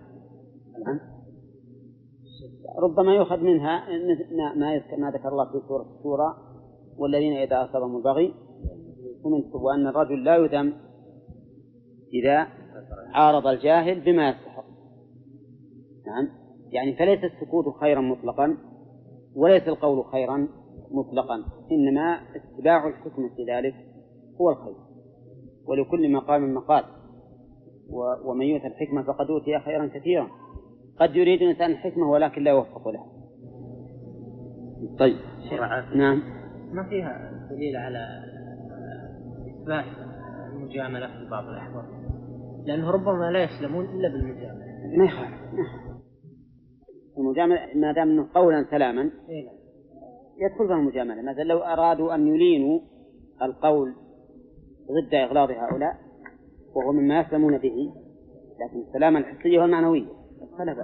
ربما يؤخذ منها ما ذكر الله في سورة الشورى والذين إذا أصابهم البغي وأن الرجل لا يذم إذا عارض الجاهل بما يستحق. نعم. يعني فليس السكوت خيرا مطلقا وليس القول خيرا مطلقا، إنما اتباع الحكمة في ذلك هو الخير، ولكل مقام مقال، ومن يؤتى الحكمة فقد أوتي خيرا كثيرا. قد يريد الإنسان الحكمة ولكن لا يوفق له. طيب. نعم. ما فيها دليل على إثبات المجاملة في بعض الأحوال، لأنه ربما لا يسلمون إلا بالمجاملة. ما يخالف المجاملة ما دام أنه قولا سلاما يدخل فيها المجاملة. مثلا لو أرادوا أن يلينوا القول ضد إغلاظ هؤلاء وهو مما يسلمون به، لكن السلامة الحسية والمعنوية اختلف.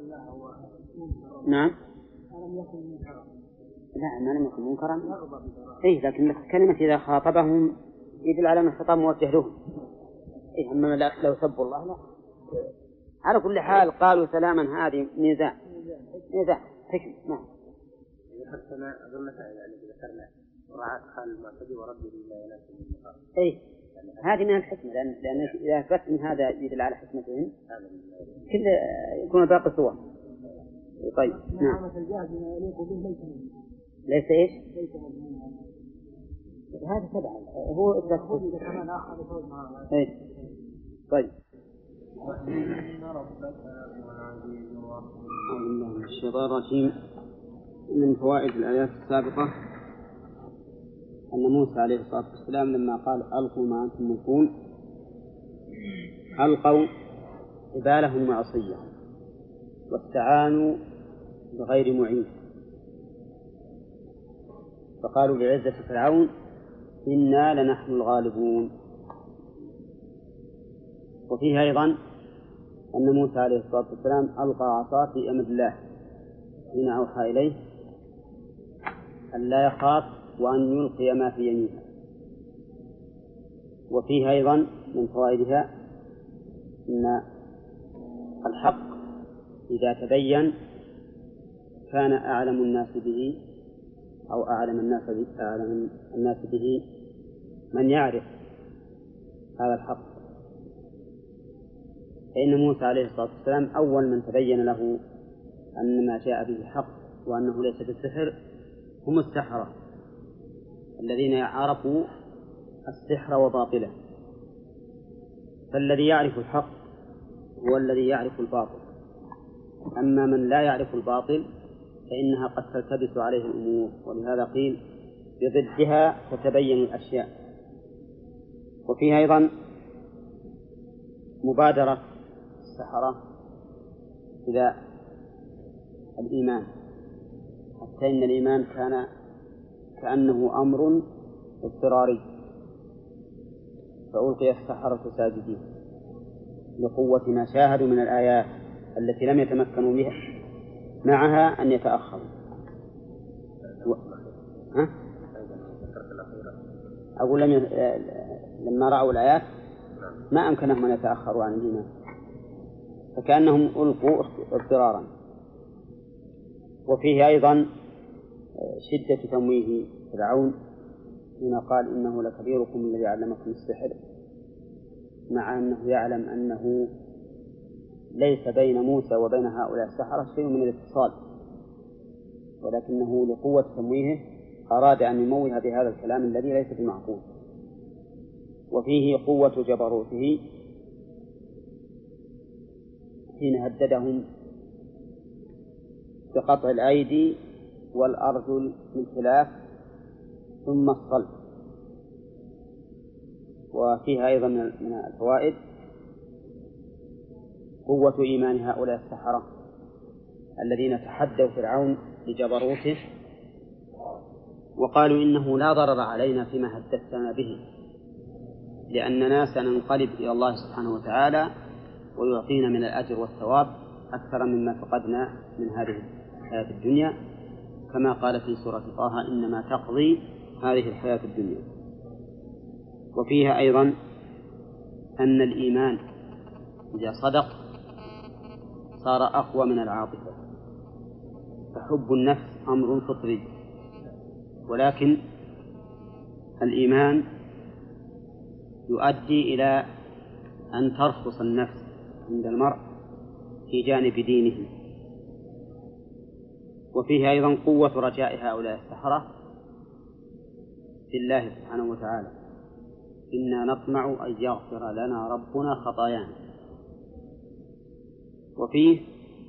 نعم. لا ما لم يكن منكرا. إيه لكن كلمة إذا خاطبهم يدل على أن الخطاب موجه لهم. إيه أما لو سبوا الله لا. على كل حال قالوا سلاما هذه نزاع نزاع حكم. نعم. حتى ما أظن يعني ذكرنا مراعاة حال المعتدي ورده لا يناسب المقام. إيه هذه من الحكمة، لأن لأن إذا أثبت من هذا يدل على حكمتهم كل يكون باقي صور. طيب. نعم. ليس إيش؟ هذا تبع هو إثبات كمان آخر يفوز معه. إيه. طيب. وإن ربك هو العزيز الرحيم. أعوذ بالله من الشيطان الرجيم. من فوائد الآيات السابقة أن موسى عليه الصلاة والسلام لما قال ألقوا ما أنتم ملقون ألقوا حبالهم وعصيهم واستعانوا بغير معين، فقالوا بعزة فرعون إنا لنحن الغالبون. وفيه أيضا أن موسى عليه الصلاة والسلام ألقى عصاه في أمر الله حين أوحى إليه أن لا يخاف وأن يلقي ما في يمينه. وفيه أيضا من فوائدها أن الحق إذا تبين كان أعلم الناس به أو أعلم الناس به, أعلم الناس به من يعرف هذا الحق، فإن موسى عليه الصلاة والسلام أول من تبين له أن ما جاء به حق وأنه ليس بالسحر هم السحرة الذين عرفوا السحر وباطله. فالذي يعرف الحق هو الذي يعرف الباطل، أما من لا يعرف الباطل فإنها قد تلتبس عليه الأمور، ولهذا قيل بضدها تتبين الأشياء. وفيها أيضا مبادرة السحرة إلى الإيمان، حتى إن الإيمان كان كأنه أمر اضطراري، فألقي السحرة ساجدين لقوة ما شاهدوا من الآيات التي لم يتمكنوا بها معها أن يتأخروا. و... ها؟ أقول لم ي... لما رأوا الآيات ما أمكنهم أن يتأخروا عن الإيمان، فكأنهم ألقوا اضطرارا. وفيه أيضا شدة تمويه فرعون حين قال إنه لكبيركم الذي علمكم السحر، مع أنه يعلم أنه ليس بين موسى وبين هؤلاء السحرة شيء من الاتصال، ولكنه لقوة تمويهه أراد أن يموه بهذا الكلام الذي ليس بمعقول. وفيه قوة جبروته حين هددهم بقطع الأيدي والأرجل من خلاف ثم الصلب. وفيها أيضا من الفوائد قوة إيمان هؤلاء السحرة الذين تحدوا فرعون بجبروته وقالوا إنه لا ضرر علينا فيما حدثتنا به، لأننا سننقلب إلى الله سبحانه وتعالى ويعطينا من الأجر والثواب أكثر مما فقدنا من هذه الحياة الدنيا، كما قال في سورة طه إنما تقضي هذه الحياة الدنيا. وفيها أيضا أن الإيمان إذا صدق صار أقوى من العاطفة، فحب النفس أمر فطري، ولكن الإيمان يؤدي إلى أن ترخص النفس عند المرء في جانب دينه. وفيه أيضا قوة رجاء هؤلاء السحرة في الله سبحانه وتعالى، إنا نطمع أن يغفر لنا ربنا خطايانا. وفيه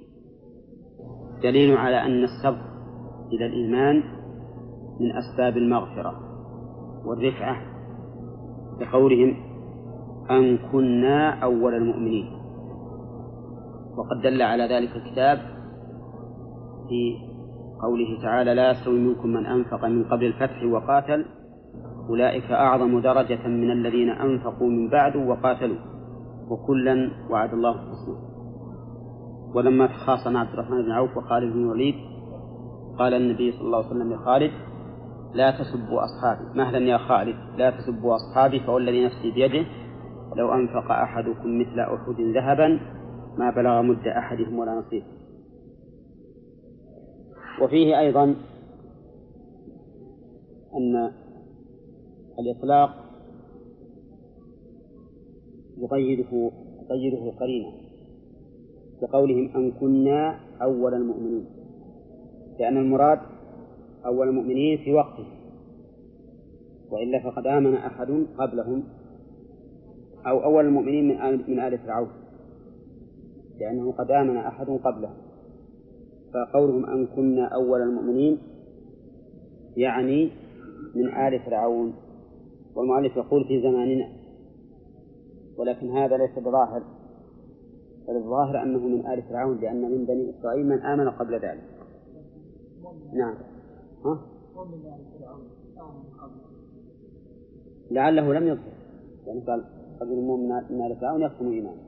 دليل على أن السبق إلى الإيمان من أسباب المغفرة والرفعة، بقولهم أن كنا أول المؤمنين. وقد دل على ذلك الكتاب في قوله تعالى لا يستوي منكم من أنفق من قبل الفتح وقاتل أولئك أعظم درجة من الذين أنفقوا من بعد وقاتلوا وكلا وعد الله الحسنى. ولما تخاصم عبد الرحمن بن عوف وخالد بن الوليد قال النبي صلى الله عليه وسلم لخالد لا تسبوا أصحابي، مهلا يا خالد لا تسبوا أصحابي فوالذي نفسي بيده لو أنفق أحدكم مثل أحد ذهبا ما بلغ مد أحدهم ولا نصيب. وفيه أيضا أن الإطلاق يقيده يقيده القرينة بقولهم أن كنا أول المؤمنين، لأن المراد أول المؤمنين في وقته، وإلا فقد آمن أحد قبلهم، أو أول المؤمنين من آل, من آل فرعون، لأنه قد آمن أحد قبله. فقولهم أن كنا أول المؤمنين يعني من آل فرعون، والمؤلف يقول في زماننا، ولكن هذا ليس بظاهر، بل الظاهر أنه من آل فرعون، لأن من بني إسرائيل من آمن قبل ذلك. نعم. ها؟ لعله لم يظهر، يعني قال قبل المؤمن من آل فرعون يكتم إيمانه.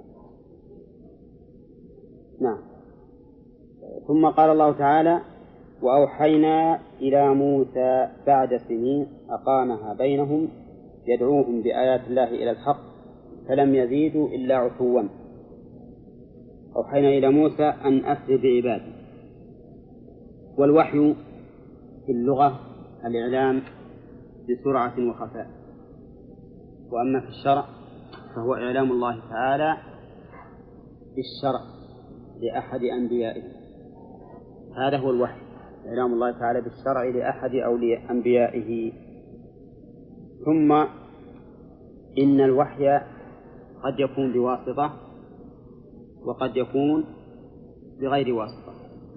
نعم. ثم قال الله تعالى: وأوحينا إلى موسى بعد سنين أقامها بينهم يدعوهم بآيات الله إلى الحق فلم يزيدوا إلا عتوا. أوحينا إلى موسى أن أسر بعبادي. والوحي في اللغة الإعلام بسرعة وخفاء، وأما في الشرع فهو إعلام الله تعالى بالشرع لأحد أنبيائه. هذا هو الوحي، إعلام الله تعالى بالشرع لأحد أولياء أنبيائه. ثم إن الوحي قد يكون بواسطة وقد يكون بغير واسطة.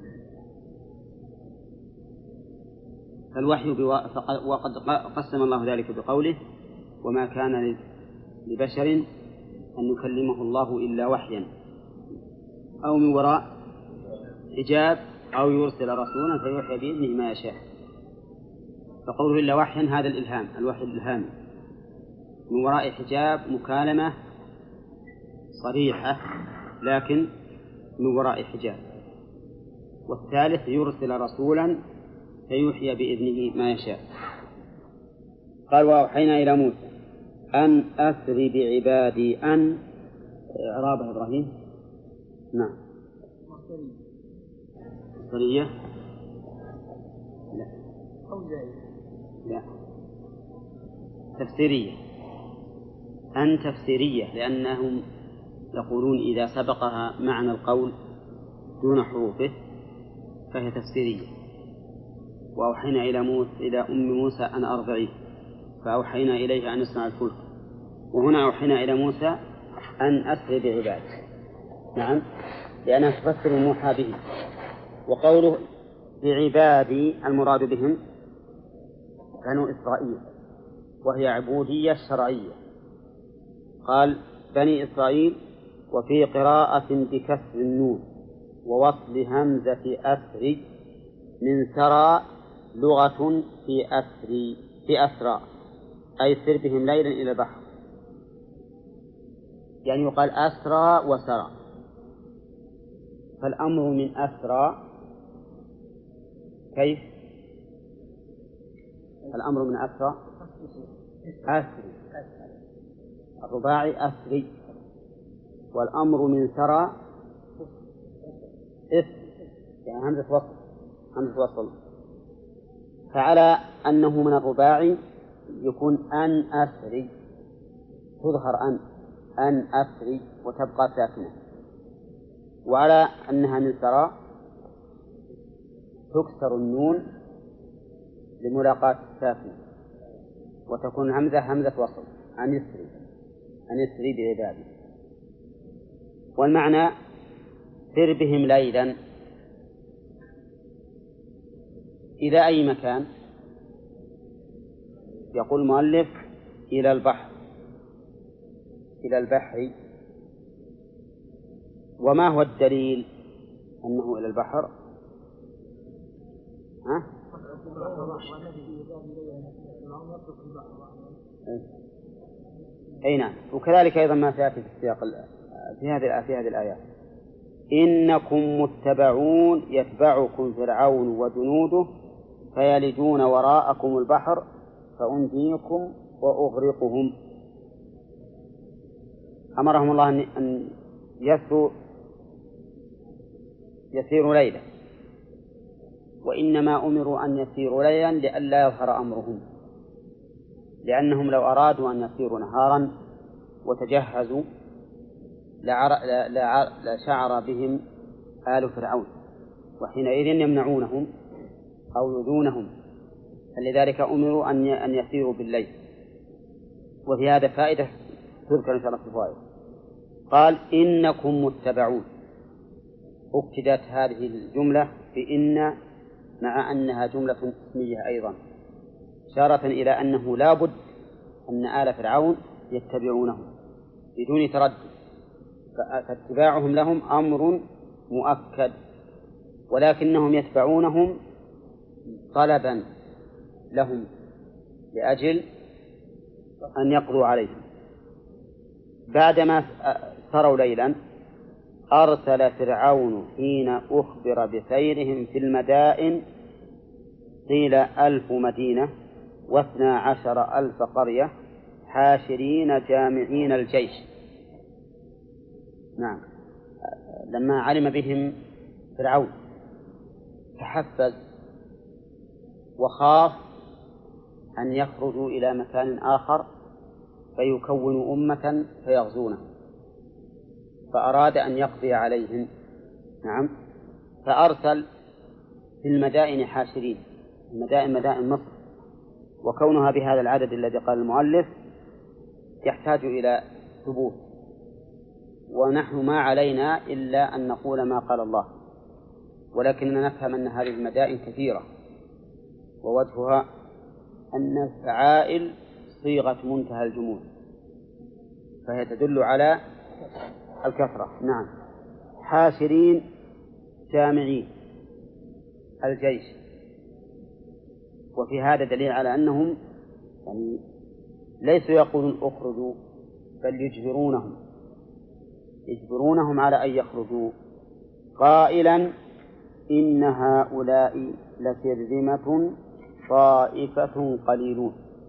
فالوحي بوا... وقد قسم الله ذلك بقوله: وما كان لبشر أن يكلمه الله إلا وحيا أو من وراء حجاب أو يرسل رسولا فيوحي بإذنه ما يشاء. فقوله إلا وحيا هذا الإلهام، الوحي الإلهامي. من وراء حجاب مكالمة صريحة لكن من وراء حجاب. والثالث يرسل رسولا فيوحي بإذنه ما يشاء. قال: وأوحينا إلى موسى أن أسر بعبادي. أن إعرابه إبراهيم. نعم. مصدرية. لا. لا. تفسيرية. أن تفسيرية، لأنهم يقولون إذا سبقها معنى القول دون حروفه فهي تفسيرية. وأوحينا إلى موسى إلى أم موسى أن أرضعيه فأوحينا إليه أن يصنع الفلك. وهنا أوحينا إلى موسى أن أسر بعباده. نعم، لأنها تفسر الموحى به. وقوله بعبادي المراد بهم بنو إسرائيل، وهي عبودية شرعية. قال بني إسرائيل، وفي قراءة بكسر النون ووصل همزة أسر من سرى لغة في أسر في أسرى، أي سر بهم ليلا إلى البحر. يعني يقال أسرى وسرى. فالأمر من أسرى كيف؟ الأمر من أسرى أسري، الرباعي أسري. والأمر من سرى إسري، يعني همزة وصل، همزة وصل. فعلى أنه من الرباعي يكون أن أسري، تظهر أن أن أسري وتبقى ساكنة. وعلى أنها من سرى تكسر النون لملاقاة الساكنة وتكون همزة همزة وصل، أن يسري، أن يسري بعباده. والمعنى سر بهم ليلا إلى أي مكان؟ يقول المؤلف إلى البحر، إلى البحر. وما هو الدليل أنه إلى البحر؟ ها؟ أي نعم. وكذلك أيضا ما سيأتي في السياق في هذه في هذه الآيات: إنكم متبعون يتبعكم فرعون وجنوده فيلجون وراءكم البحر فأنجيكم وأغرقهم. أمرهم الله أن يسروا يسيروا ليلا، وإنما أمروا أن يسيروا ليلا لئلا يظهر أمرهم، لأنهم لو أرادوا أن يسيروا نهارا وتجهزوا لشعر بهم آل فرعون، وحينئذ يمنعونهم أو يؤذونهم. فلذلك أمروا أن يسيروا بالليل. وفي هذا فائدة تذكر إن شاء الله في الفوائد. قال إنكم متبعون، أكدت هذه الجملة بإن مع أنها جملة اسمية أيضا، إشارة إلى أنه لا بد أن آل فرعون يتبعونه بدون تردد، فاتباعهم لهم أمر مؤكد، ولكنهم يتبعونهم طلبا لهم لأجل أن يقضوا عليهم. بعدما سروا ليلا أرسل فرعون حين أخبر بسيرهم في المدائن قيل ألف مدينة واثنا عشر ألف قرية حاشرين جامعين الجيش. نعم، لما علم بهم فرعون تحفز وخاف أن يخرجوا إلى مكان آخر فيكونوا أمة فيغزونه، فأراد أن يقضي عليهم. نعم، فأرسل في المدائن حاشرين، المدائن مدائن مصر، وكونها بهذا العدد الذي قال المؤلف يحتاج إلى ثبوت، ونحن ما علينا إلا أن نقول ما قال الله، ولكننا نفهم أن هذه المدائن كثيرة، ووجهها أن الفعائل صيغة منتهى الجموع، فهي تدل على الكثرة. نعم، حاشرين جامعين الجيش، وفي هذا دليل على أنهم يعني ليسوا يقولون اخرجوا، بل يجبرونهم يجبرونهم على أن يخرجوا، قائلا إن هؤلاء لشرذمة طائفة قليلون.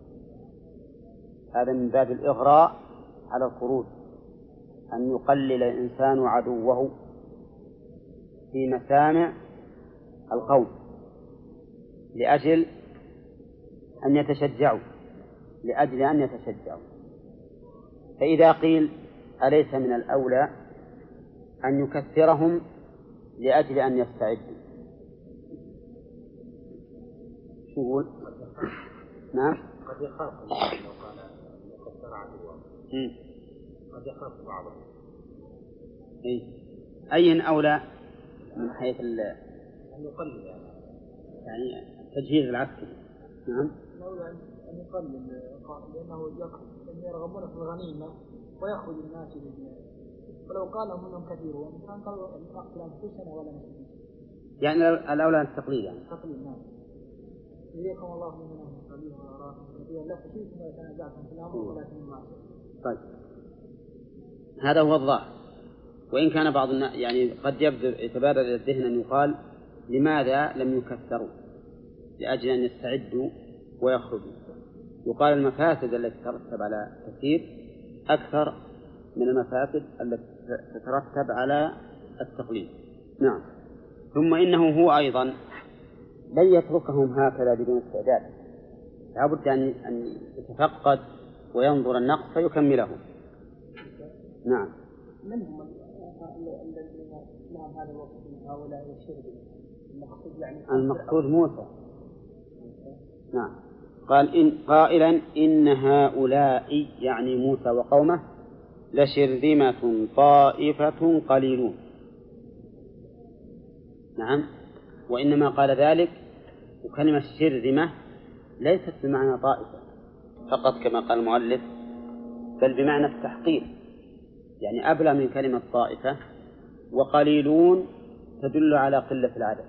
هذا من باب الإغراء على الخروج، أن يقلل الإنسان عدوه في مسامع القوم لأجل أن يتشجعوا لأجل أن يتشجعوا. فإذا قيل أليس من الأولى أن يكثرهم لأجل أن يستعدوا؟ شو يقول؟ نعم، قد يخاف لو قال يكثر عدوه، قد يخاف بعضهم. أي أي أولى من حيث أن يقلل يعني, يعني التجهيز العسكري. نعم، الأولى أن يقلل لأنه يرغبون في الغنيمة ويخرج الناس ولو قال منهم كثيرون كان قالوا نقتل أنفسنا ولا نسلم، يعني الأولى التقليد يعني تقليد. نعم، إليكم الله منهم قليل وراءهم كثيرا لا تشركوا ما تنازعتم في الأمر ولكن ما. طيب، هذا هو الظاهر، وإن كان بعض الناس يعني قد يتبادر إلى الذهن أن يقال لماذا لم يكثروا لأجل أن يستعدوا ويخرجوا. يقال المفاسد التي تترتب على التكثير أكثر من المفاسد التي تترتب على التقليد. نعم، ثم إنه هو أيضا لن يتركهم هكذا بدون استعداد، لابد أن يتفقد وينظر النقص فيكمله. نعم، من هم الذين لهم هذا الوصف من هؤلاء الشرذمة؟ المقصود يعني المقصود موسى. نعم، قال إن قائلا إن هؤلاء يعني موسى وقومه لشرذمة طائفة قليلون. نعم، وإنما قال ذلك، وكلمة شرذمة ليست بمعنى طائفة فقط كما قال المؤلف، بل بمعنى التحقير، يعني أبلغ من كلمة طائفة. وقليلون تدل على قلة العدد،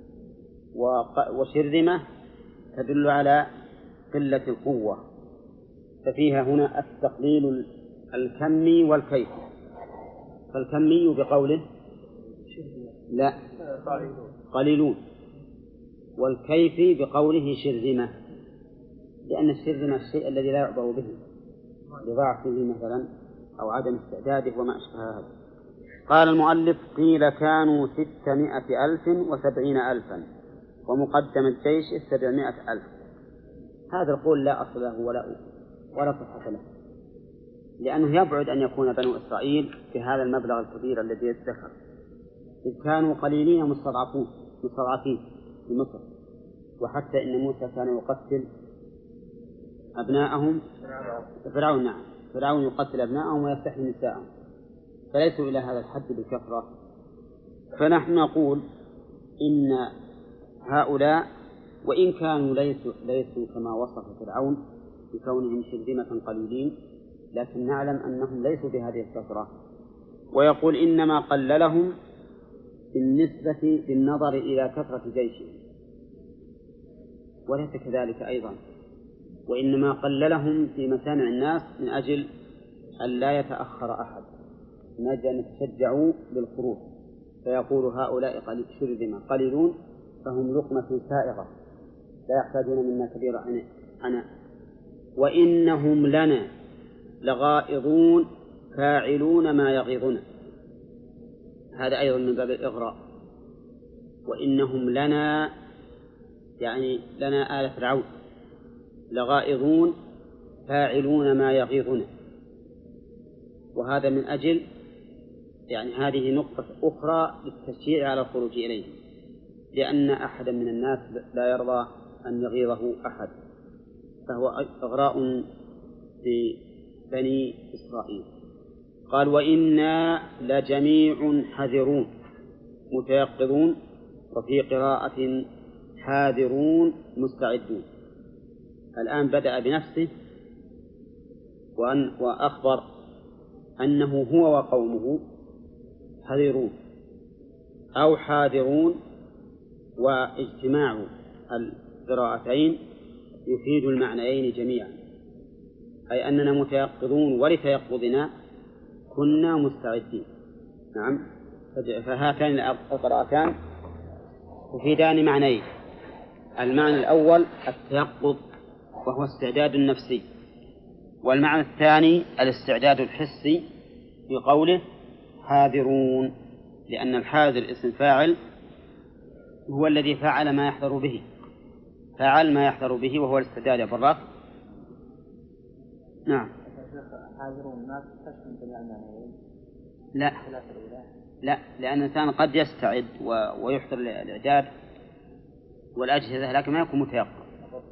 وشرذمة تدل على قلة القوة، ففيها هنا التقليل الكمي والكيفي. فالكمي بقوله لا قليلون، والكيفي بقوله شرذمة، لأن الشرذمة الشيء الذي لا يعبر به لضعفه مثلا أو عدم استعداده وما أشبه هذا. قال المؤلف قيل كانوا ستمائة ألف وسبعين ألفا ومقدم الجيش سبعمائة ألف. هذا القول لا أصل له ولا ولا صحة له، لأنه يبعد أن يكون بنو إسرائيل بهذا المبلغ الكبير الذي ذكر، إذ كانوا قليلين مستضعفون مستضعفين في مصر، وحتى إن موسى كان يقتل أبناءهم فرعون. نعم، فرعون يقتل أبناءهم ويستحيي نساءهم، فليسوا إلى هذا الحد بالكثرة. فنحن نقول إن هؤلاء وإن كانوا ليسوا, ليسوا كما وصف فرعون بكونهم شرذمة قليلين، لكن نعلم أنهم ليسوا بهذه الكثرة. ويقول إنما قللهم بالنسبة بالنظر إلى كثرة جيشهم، وليس كذلك أيضا، وإنما قللهم في مسامع الناس من أجل أن لا يتأخر أحد، من أجل أن يتشجعوا بالخروج، فيقول هؤلاء قليل شرذمة قليلون فهم لقمة سائغة لا يحتاجون منا كبير عناء. وإنهم لنا لغائظون فاعلون ما يغيظنا، هذا أيضا من باب الإغراء. وإنهم لنا يعني لنا آل فرعون لغائظون فاعلون ما يغيظنا، وهذا من أجل يعني هذه نقطة أخرى للتشجيع على الخروج إليه، لأن أحدا من الناس لا يرضى أن يغيظه أحد، فهو إغراء ببني إسرائيل. قال وإنا لجميع حذرون متيقظون، وفي قراءة حاذرون مستعدون. الآن بدأ بنفسه وأن وأخبر أنه هو وقومه حذرون أو حاذرون، واجتماع القراءتين يفيد المعنيين جميعا، أي أننا متيقظون ولتيقظنا كنا مستعدين. نعم، فهاتان القراءتان تفيدان معنيين: المعنى الأول التيقظ وهو استعداد نفسي، والمعنى الثاني الاستعداد الحسي في قوله حاذرون، لأن الحاذر اسم فاعل هو الذي فعل ما يحذر به، فعل ما يحذر به وهو الاستعداد. يا براك. نعم. حاذرون ما تشمل جميع المعنيين؟ لا لا، لأن الإنسان قد يستعد ويحضر الإعداد والأجهزة لكن ما يكون متيقظ.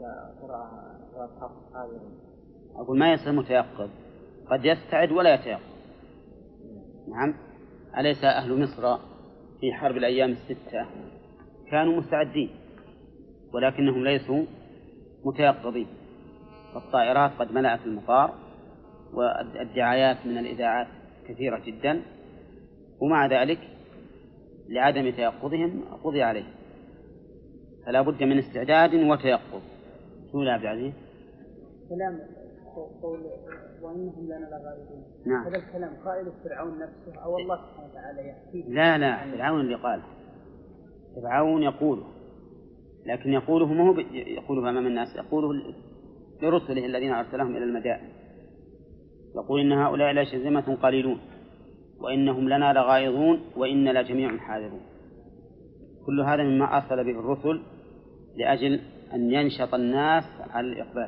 أقول ما يصير متيقظ، قد يستعد ولا يتيقظ. نعم. أليس أهل مصر في حرب الأيام الستة كانوا مستعدين ولكنهم ليسوا متيقظين؟ الطائرات قد ملأت المطار والدعايات من الإذاعات كثيرة جدا، ومع ذلك لعدم تيقظهم قضي عليه. فلا بد من استعداد وتيقظ. شو لا عبد العزيز؟ كلام قول وإنهم لنا لغائبون. نعم. هذا الكلام قائل فرعون نفسه أو الله سبحانه وتعالى يحكيه؟ لا لا، فرعون اللي قال. فرعون يقوله، لكن يقوله ما هو يقوله أمام الناس، يقوله لرسله الذين أرسلهم إلى المدائن، يقول إن هؤلاء لشرذمة قليلون وإنهم لنا لغائظون وإن لجميع حاذرون. كل هذا مما أرسل به الرسل لأجل أن ينشط الناس على الإقبال.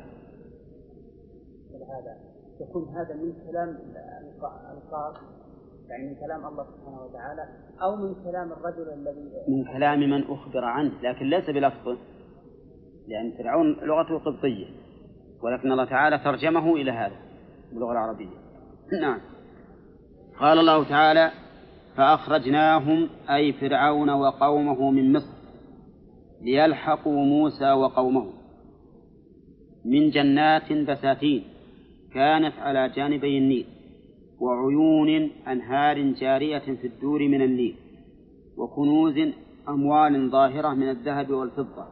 هذا يكون هذا من كلام القاص، يعني من كلام الله سبحانه وتعالى، أو من كلام الرجل الذي من كلام من أخبر عنه، لكن ليس بلفظه، لأن فرعون لغته قبطية، ولكن الله تعالى ترجمه إلى هذا باللغة العربية. نعم. قال الله تعالى فأخرجناهم أي فرعون وقومه من مصر ليلحقوا موسى وقومه من جنات بساتين كانت على جانبي النيل وعيون أنهار جارية في الدور من النيل وكنوز أموال ظاهرة من الذهب والفضة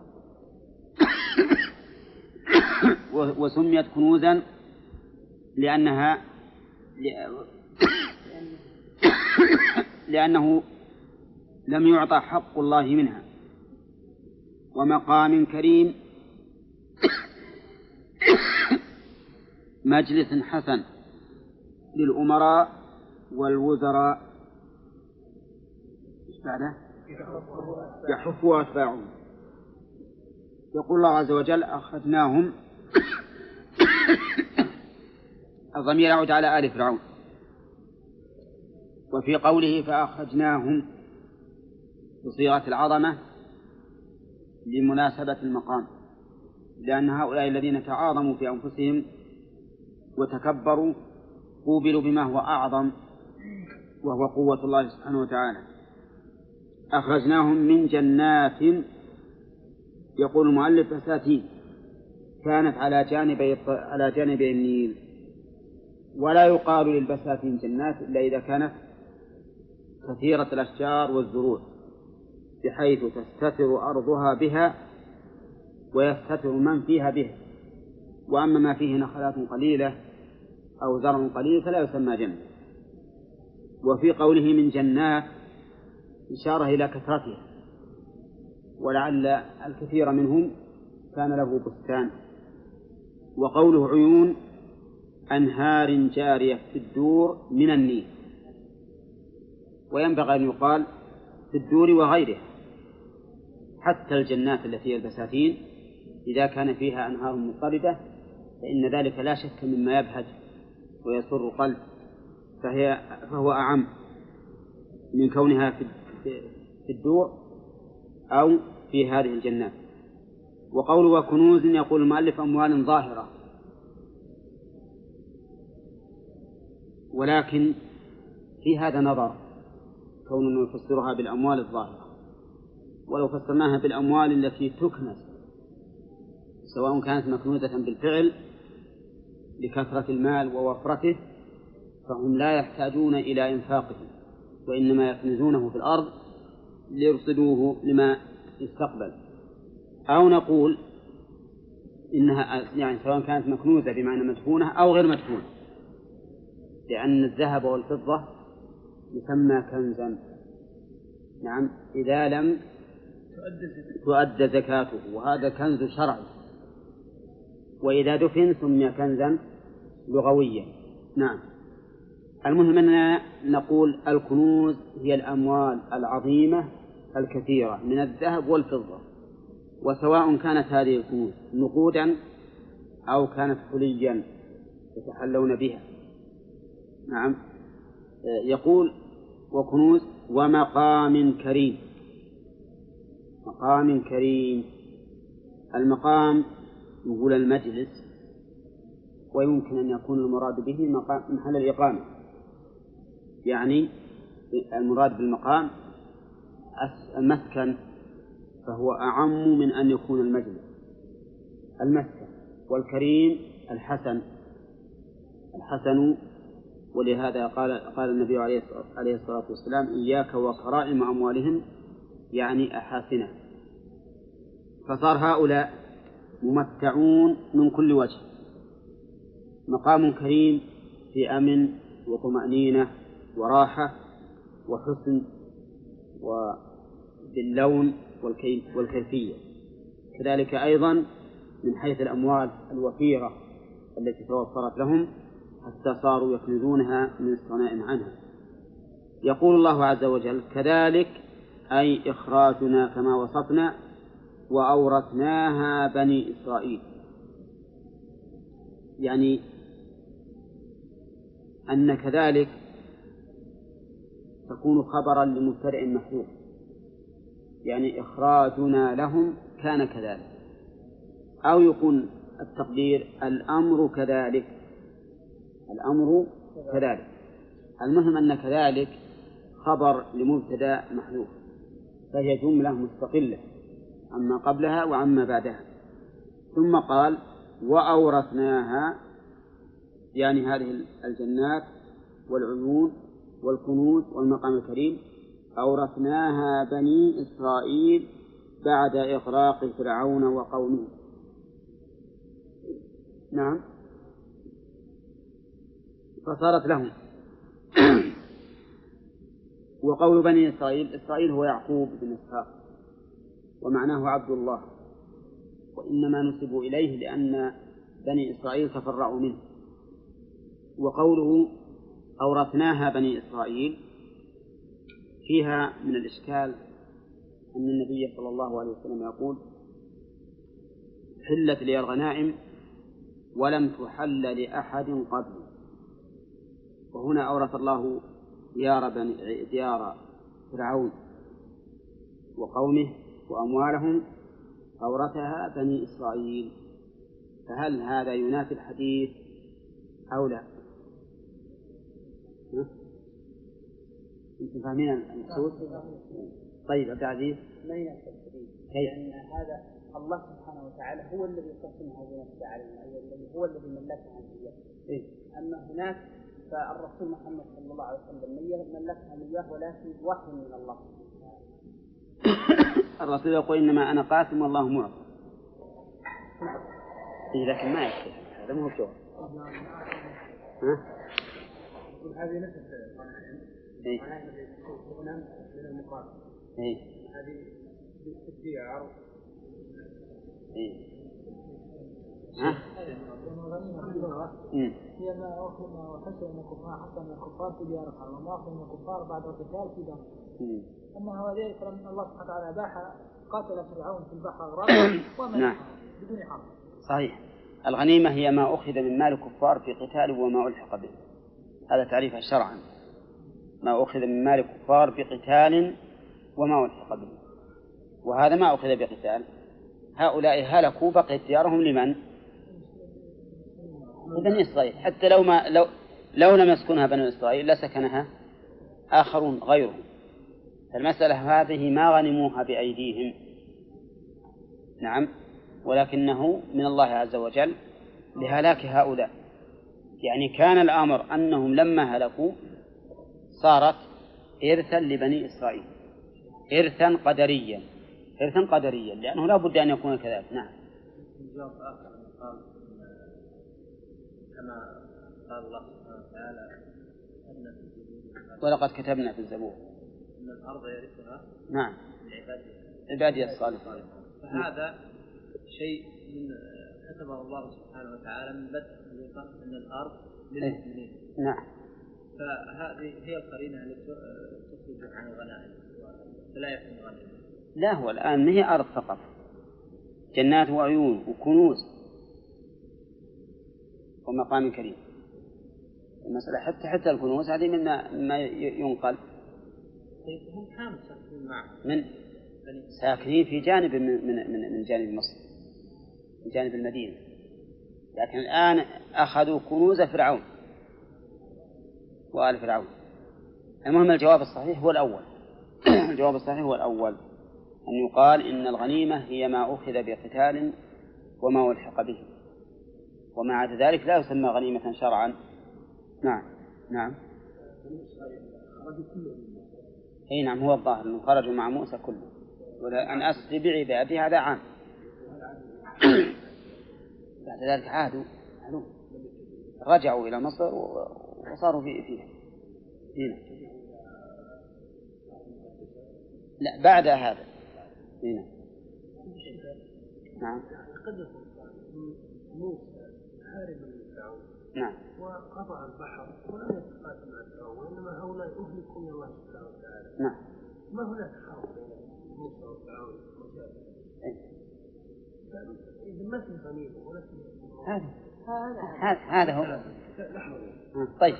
وسميت كنوزا لأنها لأنه لم يعطى حق الله منها، ومقام كريم مجلس حسن للأمراء والوزراء يحفوا أتباعهم. يقول الله عز وجل أخذناهم الضمير يعود على آل فرعون، وفي قوله فأخرجناهم بصيغة العظمة لمناسبة المقام، لأن هؤلاء الذين تعاظموا في أنفسهم وتكبروا قوبلوا بما هو أعظم وهو قوة الله سبحانه وتعالى. أخرجناهم من جنات، يقول المؤلف بساتين كانت على جانبي على جانبي النيل، ولا يقال للبساتين جنات إلا إذا كانت كثيرة الأشجار والزروع بحيث تستتر أرضها بها ويستتر من فيها به. وأما ما فيه نخلات قليلة أو زرع قليل فلا يسمى جنة. وفي قوله من جنات إشارة إلى كثرتها، ولعل الكثير منهم كان له بستان. وقوله عيون أنهار جارية في الدور من النيل، وينبغي أن يقال في الدور وغيرها، حتى الجنات التي هي البساتين إذا كان فيها أنهار مضطردة فإن ذلك لا شك مما يبهج ويسر القلب، فهي فهو أعم من كونها في الدور أو في هذه الجنات. وقوله وكنوز يقول المؤلف أموال ظاهرة، ولكن في هذا نظر كونه يفسرها بالأموال الظاهرة، ولو فسرناها بالأموال التي تكنز سواء كانت مكنوزة بالفعل لكثرة المال ووفرته فهم لا يحتاجون إلى إنفاقه، وإنما يكنزونه في الأرض ليرصدوه لما يستقبل. أو نقول إنها يعني سواء كانت مكنوزة بمعنى مدفونة أو غير مدفونة، لأن الذهب والفضة يسمى كنزا، نعم، إذا لم تؤدى زكاته، وهذا كنز شرعي، وإذا دفن سمي كنزا لغويا. نعم. المهم أننا نقول الكنوز هي الأموال العظيمة الكثيرة من الذهب والفضة، وسواء كانت هذه الكنوز نقودا أو كانت حليا يتحلون بها. نعم. يقول وكنوز ومقام كريم. مقام كريم، المقام يقول المجلس، ويمكن أن يكون المراد به مقام محل الإقامة، يعني المراد بالمقام المسكن، فهو أعم من أن يكون المجلس المسكن. والكريم الحسن الحسن ولهذا قال قال النبي عليه الصلاة والسلام إياك وكرائم أموالهم، يعني أحاسنه. فصار هؤلاء ممتعون من كل وجه، مقام كريم في أمن وطمأنينة وراحة وحسن وباللون والكيفية، كذلك أيضا من حيث الأموال الوفيرة التي توفرت لهم حتى صاروا يكنزونها من الصنائع عنها. يقول الله عز وجل كذلك أي إخراجنا كما وصفنا وأورثناها بني إسرائيل، يعني أن كذلك تكون خبرا لمبتدأ محذوف، يعني إخراجنا لهم كان كذلك، أو يكون التقدير الأمر كذلك، الأمر كذلك. المهم أن كذلك خبر لمبتدأ محذوف، فهي جملة مستقلة عما قبلها وعما بعدها. ثم قال وأورثناها، يعني هذه الجنات والعيون والكنوز والمقام الكريم أورثناها بني إسرائيل بعد إغراق فرعون وقومه. نعم، فصارت لهم. وقول بني إسرائيل، إسرائيل هو يعقوب بن إسحاق، ومعناه عبد الله، وإنما نسبوا إليه لأن بني إسرائيل تفرعوا منه. وقوله أورثناها بني إسرائيل فيها من الإشكال أن النبي صلى الله عليه وسلم يقول حلت لي الغنائم ولم تحل لأحد قبل، وهنا أورث الله ديار, بني ديار فرعون وقومه وأموالهم أورثها بني إسرائيل، فهل هذا ينافي الحديث أو لا؟ أنتم فاهمين المقصود؟ طيب عبد العزيز، لا ينافي الحديث، لأن هذا الله سبحانه وتعالى هو الذي قسمها بنفسه على الذي هو الذي ملكها إياه. إيه؟ أما هناك فالرسول محمد صلى الله عليه وسلم ملكها إياه، ولكن وحي من الله. الرسول يقول إنما أنا قاسم والله معطي، إيه لكن ما يكفي هذا مو جواب. ها؟ هذه نفس القناعين. إيه. غنم من المقابل. إيه. هذه بالتشجيع عرض. إيه. ها؟ هي ما أخذ ما حصل من الكفار حتى من الكفار في ديار الحرب وما أخذ من الكفار بعد القتال في دم. أما هو ذلك فلأن الله سبحانه وتعالى أباح قاتل فرعون في البحر غرقا وما بدون حرب. صحيح. الغنيمة هي ما أخذ من مال الكفار في قتال وما ألحق به. هذا تعريفها شرعا. ما أخذ من مال الكفار بقتال وما ألحق به. وهذا ما أخذ بقتال. هؤلاء هلكوا بقيت ديارهم لمن؟ لبني إسرائيل. حتى لو ما لو لو لم يسكنها بني إسرائيل لسكنها آخرون غيرهم. المسألة هذه ما غنموها بأيديهم. نعم. ولكنه من الله عز وجل لهلاك هؤلاء. يعني كان الأمر أنهم لما هلكوا صارت إرثا لبني إسرائيل، إرثا قدريا، إرثا قدريا، لأنه لا بد أن يكون كذلك. نعم. كما قال الله سبحانه وتعالى ولقد كتبنا في الزبور أن الأرض يرثها نعم عبادي الصالحين. فهذا شيء من كتبه الله سبحانه وتعالى من بدء خليقة أن الأرض للمؤمنين. نعم. فهذه هي القرينة التي تخرج عن الغنائم فلا يكون غنائم. لا هو الآن ما هي أرض فقط، جنات وعيون وكنوز ومقام كريم. المسألة حتى حتى الكنوز هذه من ما ينقل. طيب هم كانوا ساكنين معه من ساكنين في جانب من من من, من جانب مصر، من جانب المدينة، لكن الآن أخذوا كنوز فرعون وآل فرعون. المهم الجواب الصحيح هو الأول. الجواب الصحيح هو الأول، أن يقال إن الغنيمة هي ما أخذ بقتال وما ألحق به، وما عدا ذلك لا يسمى غنيمة شرعا. نعم. نعم. أي نعم هو الظاهر أنهم خرجوا مع موسى كله، وأن أسري بعبادي هذا عام. بعد ذلك عادوا رجعوا إلى مصر وصاروا في فيها هنا. لا بعد هذا هنا. نعم. موسى حارب فرعون نعم وقطع البحر ولم يتقاتل مع فرعون، وإنما هؤلاء أهلكوا من الله سبحانه وتعالى. نعم. ما هناك حرب بين موسى وفرعون إذا ما في غنيمة ولا في هذا هذا هو. طيب.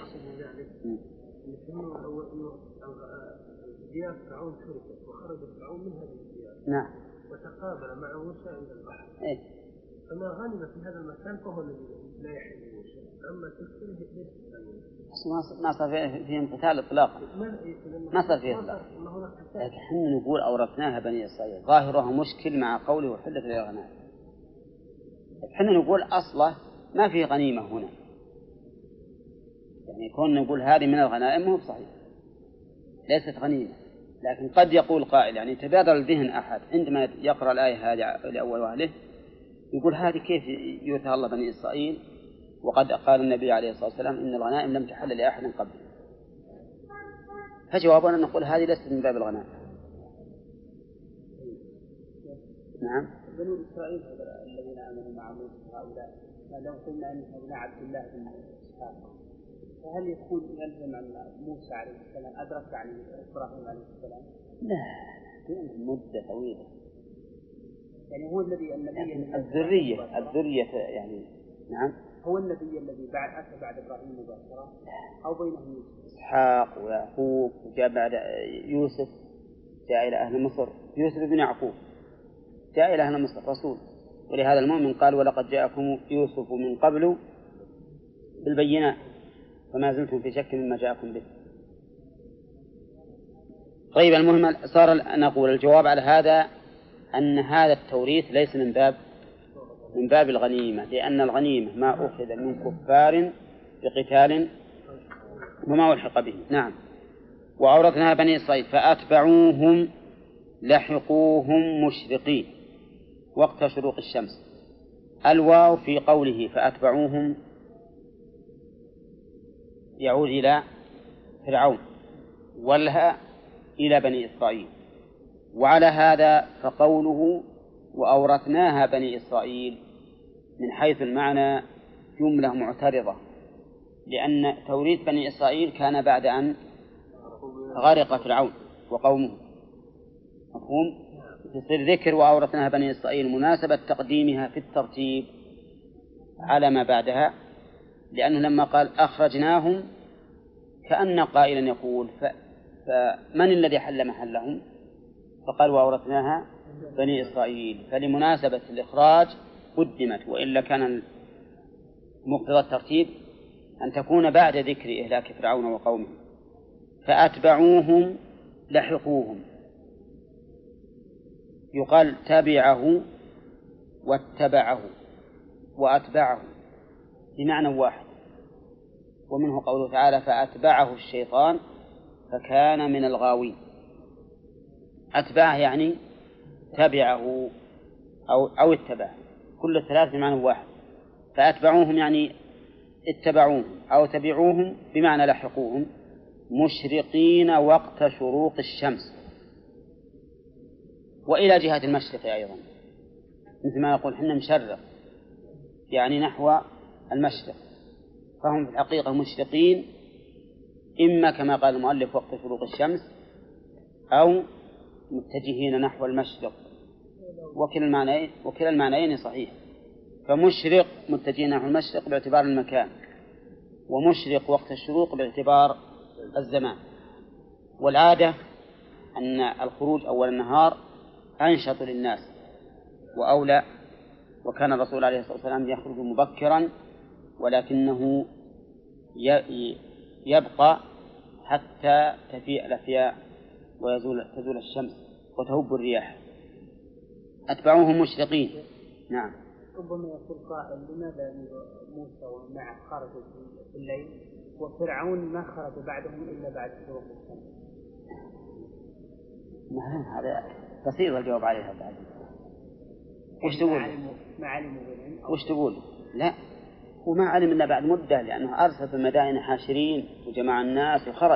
ديار فرعون تركت وخرج فرعون من هذه الديار. نعم. وتقابل مع موسى عند البحر. إيه. فما غنم في هذا المكان فهو الذي لا يحل موسى، أما تلك ليست غنيمة. ما صار فيهم قتال إطلاقا. ما صار فيه إطلاق. لكن حنا نقول أورثناها بني إسرائيل، ظاهرها مشكل مع قوله وحلت للغنائم. حنا نقول أصله ما في غنيمة هنا، يعني كون نقول هذه من الغنائم هو صحيح ليست غنيمة. لكن قد يقول قائل، يعني تبادر الذهن أحد عندما يقرأ الآية هذه لأول وهله يقول هذه كيف يؤتى الله بني إسرائيل وقد قال النبي عليه الصلاة والسلام إن الغنائم لم تحل لأحد قبل. فجوابنا نقول هذه ليست من باب الغنائم. نعم. بنو إسرائيل الذين آمنوا مع موسى هؤلاء لو قلنا أن هؤلاء عبد الله بن إسحاق، فهل يكون يلزم أن موسى عليه السلام أدرك عن إبراهيم عليه السلام؟ لا، مدة طويلة. يعني هو الذي النبي الذرية الذرية يعني. نعم. هو النبي الذي بعد أتى بعد إبراهيم مباشرة أو بينهم يوسف؟ إسحاق ويعقوب، وجاء بعد يوسف جاء إلى أهل مصر، يوسف بن يعقوب جاء إلى أهل مصر رسول. ولهذا المؤمن قال ولقد جاءكم يوسف من قبل بالبينات فما زلتم في شك مما جاءكم به. طيب المهم صار نقول الجواب على هذا أن هذا التوريث ليس من باب من باب الغنيمة، لأن الغنيمة ما أخذ من كفار بقتال وما ألحق به. نعم. وأورثنا بني إسرائيل فأتبعوهم لحقوهم مشرقين وقت شروق الشمس. الواو في قوله فأتبعوهم يعود إلى فرعون، والهاء إلى بني إسرائيل. وعلى هذا فقوله وأورثناها بني إسرائيل من حيث المعنى جملة معترضة، لأن توريث بني إسرائيل كان بعد أن غرق فرعون وقومه. مفهوم؟ يصير ذكر وأورثناها بني إسرائيل مناسبة تقديمها في الترتيب على ما بعدها، لأنه لما قال أخرجناهم كأن قائلا يقول فمن الذي حل محلهم؟ فقال وأورثناها بني إسرائيل، فلمناسبة الإخراج قدمت، وإلا كان مقتضى الترتيب أن تكون بعد ذكر إهلاك فرعون وقومه. فأتبعوهم لحقوهم، يقال تبعه واتبعه وأتبعه بمعنى واحد، ومنه قوله تعالى فأتبعه الشيطان فكان من الغاوين. أتبعه يعني تبعه أو, أو اتبعه، كل الثلاث بمعنى واحد. فأتبعوهم يعني اتبعوهم أو تبعوهم بمعنى لحقوهم مشرقين وقت شروق الشمس، وإلى جهة المشرق أيضا، مثل ما يقول حنا مشرق يعني نحو المشرق، فهم في الحقيقة مشرقين إما كما قال المؤلف وقت شروق الشمس أو متجهين نحو المشرق، وكلا المعنيين وكلا المعنيين صحيح. فمشرق متجهين نحو المشرق باعتبار المكان، ومشرق وقت الشروق باعتبار الزمان. والعادة أن الخروج أول النهار أنشط للناس وأولى، وكان الرسول عليه الصلاة والسلام يخرج مبكرا، ولكنه يبقى حتى تفيء الأفياء ويزول تزول الشمس وتهب الرياح. أتبعوهم مشرقين. نعم. ربما يقول قائل لماذا موسى ومعه خرجوا في الليل وفرعون ما خرج بعدهم إلا بعد شروق الشمس؟ ما هذا بسيط الجواب عليها بعد. وش تقول؟ ما علموا وش تقول؟ لا، وما علم إلا بعد مدة، لأنه أرسل في المدائن حاشرين وجمع الناس وخرج.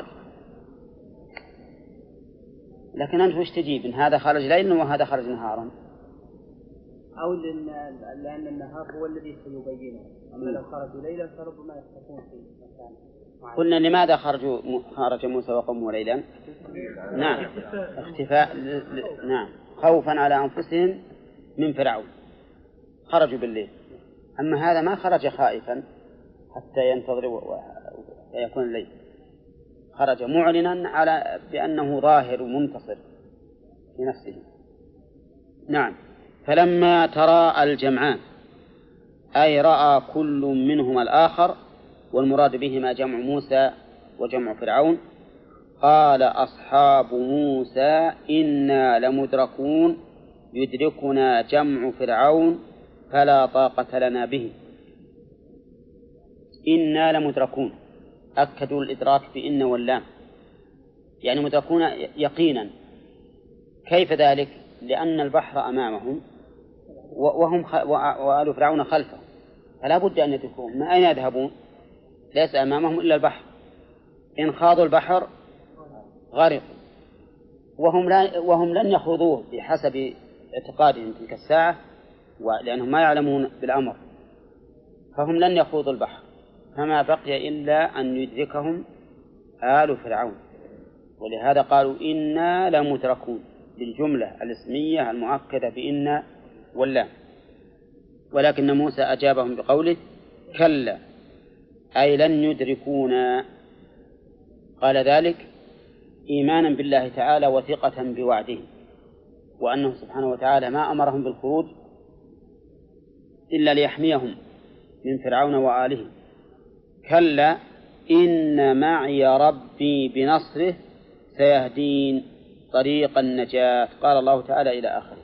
لكن أنت وش تجيب؟ إن هذا خرج ليلا وهذا خرج نهارا، أو لأن, لأن النهار هو الذي سيبينه، أما لو خرجوا ليلا فربما يختفون في مكان. قلنا لماذا خرجوا خرج موسى وقومه ليلا؟ نعم، اختفاء ل... ل... نعم، خوفا على أنفسهم من فرعون خرجوا بالليل. أما هذا ما خرج خائفا حتى ينتظر ويكون الليل، خرج معلنا على بأنه ظاهر ومنتصر في نفسه. نعم. فلما تراءى الجمعان أي رأى كل منهما الآخر، والمراد بهما جمع موسى وجمع فرعون، قال أصحاب موسى إنا لمدركون يدركنا جمع فرعون فلا طاقة لنا به. إنا لمدركون، أكدوا الإدراك بإن واللام، يعني مدركون يقينا. كيف ذلك؟ لأن البحر أمامهم وهم خ... وآل فرعون خلفهم، فلا بد أن يدركون. ما أين يذهبون؟ ليس أمامهم إلا البحر، إن خاضوا البحر غرقوا، وهم, لا... وهم لن يخوضوه بحسب اعتقادهم تلك الساعة، ولأنهم ما يعلمون بالأمر، فهم لن يخوضوا البحر، فما بقي إلا أن يدركهم آل فرعون. ولهذا قالوا إنا لمدركون بالجملة الاسمية المؤكدة بإن واللام. ولكن موسى أجابهم بقوله كلا أي لن يدركونا. قال ذلك إيمانا بالله تعالى وثقة بوعده، وأنه سبحانه وتعالى ما أمرهم بالخروج إلا ليحميهم من فرعون وآله. كلا إن معي ربي بنصره سيهدين طريق النجاة. قال الله تعالى إلى آخره.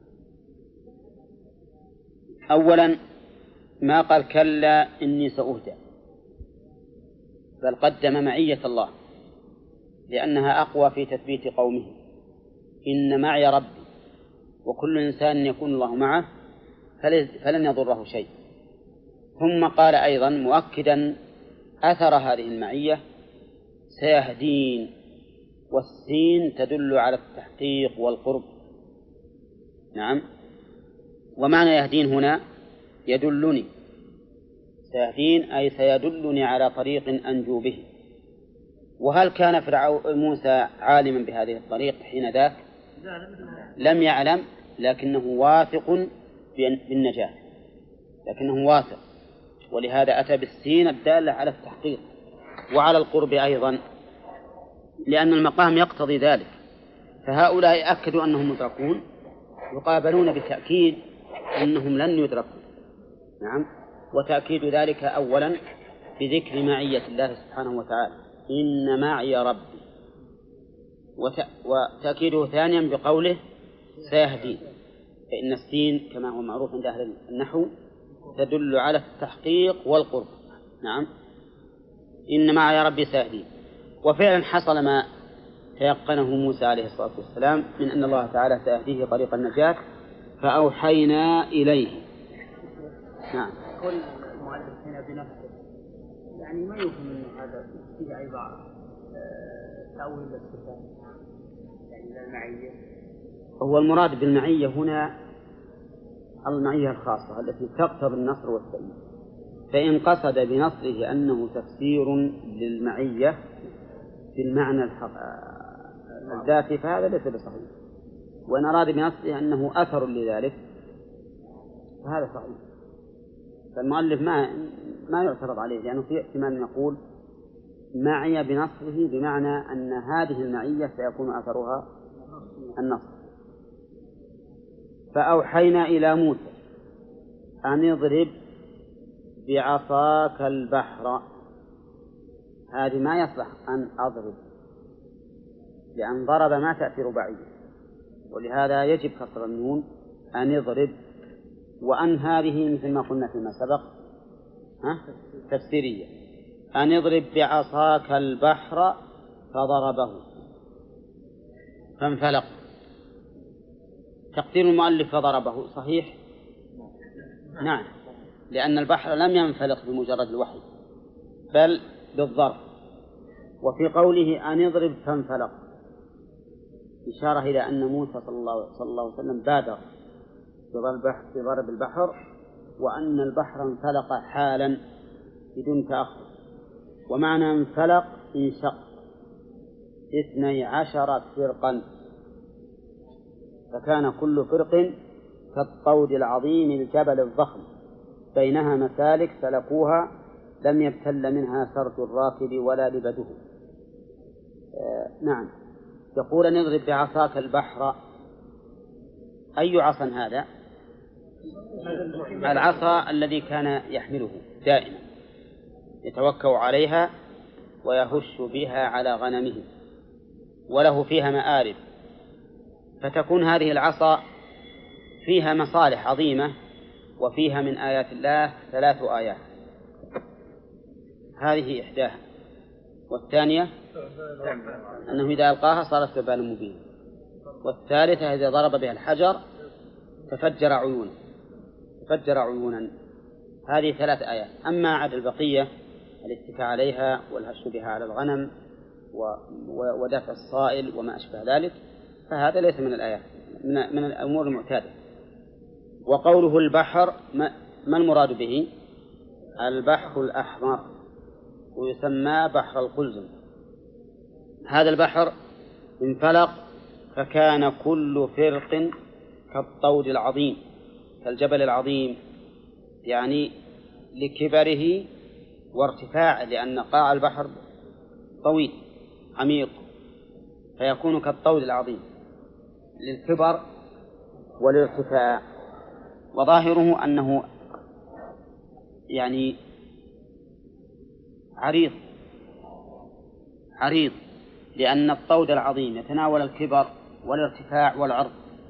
أولا ما قال كلا إني سأهدى، بل قدم معية الله لأنها أقوى في تثبيت قومه. إن معي ربي، وكل إنسان يكون الله معه فلن يضره شيء. ثم قال أيضا مؤكدا أثر هذه المعية سيهدين، والسين تدل على التحقيق والقرب. نعم. ومعنى يهدين هنا يدلني، سيهدين أي سيدلني على طريق أنجو به. وهل كان فرعون موسى عالما بهذه الطريق حين ذاك؟ لم يعلم، لكنه واثق بالنجاة، لكنه واثق، ولهذا أتى بالسين الدالة على التحقيق وعلى القرب أيضا، لأن المقام يقتضي ذلك. فهؤلاء أكدوا أنهم مدركون، يقابلون بتأكيد أنهم لن يدركوا. نعم. وتأكيد ذلك أولا بذكر معية الله سبحانه وتعالى، إن معي ربي، وتأكيده ثانيا بقوله سيهدين، فإن السين كما هو معروف عند أهل النحو تدل على التحقيق والقرب. نعم. إن معي ربي سيهدين. وفعلا حصل ما تيقنه موسى عليه الصلاة والسلام من أن الله تعالى سيهديه طريق النجاة، فأوحينا إليه. نعم. قول المؤلف هنا بنفسه، يعني ما يفهم أنه هذا فيه أيضا تأويل الصفات، يعني المعية. هو المراد بالمعية هنا المعية الخاصة التي تقتضي النصر والتأييد، فإن قصد بنصره أنه تفسير للمعية بالمعنى الذاتي فهذا ليس بصحيح، وإن أراد بنصره أنه أثر لذلك فهذا صحيح. فالمؤلف ما ما يعترض عليه، لأنه في احتمال نقول معي بنصره بمعنى أن هذه المعية سيكون أثرها النصر. فأوحينا إلى موسى أن اضرب بعصاك البحر. هذه ما يصلح أن أضرب، لأن ضرب ما تأثير بعيد، ولهذا يجب كسر النون أن اضرب. وأن هذه مثل ما قلنا فيما سبق ها؟ تفسيرية. أن اضرب بعصاك البحر فضربه فانفلق. تقدير المؤلف فضربه صحيح؟ نعم، لأن البحر لم ينفلق بمجرد الوحي بل بالضرب. وفي قوله أن اضرب فانفلق إشارة إلى أن موسى صلى الله, صلى الله عليه وسلم بادر بضرب البحر، وأن البحر انفلق حالا بدون تأخر. ومعنى انفلق انشق اثني عشر فرقا، فكان كل فرق كالطود العظيم الجبل الضخم بينها مسالك سلكوها لم يبتل منها سرج الراكب ولا لبده. آه نعم. يقول أن اضرب بعصاك البحر. أي عصا هذا؟ العصا الذي كان يحمله دائما يتوكأ عليها ويهش بها على غنمه، وله فيها مآرب، فتكون هذه العصا فيها مصالح عظيمة، وفيها من آيات الله ثلاث آيات، هذه إحداها. والثانية أنه إذا ألقاها صارت ثعبانا مبينا، والثالثة إذا ضرب بها الحجر تفجر عيونا تفجر عيونا هذه ثلاث آيات. أما عاد البقية الاتكاء عليها والهش بها على الغنم ودفع الصائل وما أشبه ذلك فهذا ليس من الآيات، من الأمور المعتادة. وقوله البحر ما المراد به؟ البحر الأحمر، ويسمى بحر القلزم. هذا البحر انفلق فكان كل فرق كالطود العظيم كالجبل العظيم، يعني لكبره وارتفاعه، لأن قاع البحر طويل عميق فيكون كالطود العظيم للكبر والارتفاع. وظاهره أنه يعني عريض عريض لأن الطود العظيم يتناول الكبر والارتفاع والعرض،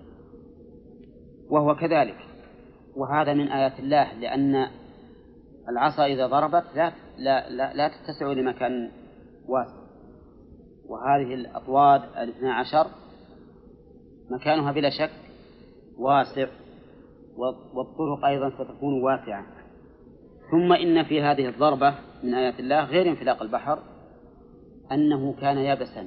وهو كذلك. وهذا من آيات الله، لأن العصا إذا ضربت لا, لا, لا, لا تتسع لمكان واسع، وهذه الأطواد الاثنى عشر مكانها بلا شك واسع، والطرق أيضا ستكون واسعة. ثم إن في هذه الضربة من آيات الله غير انفلاق البحر أنه كان يبسا،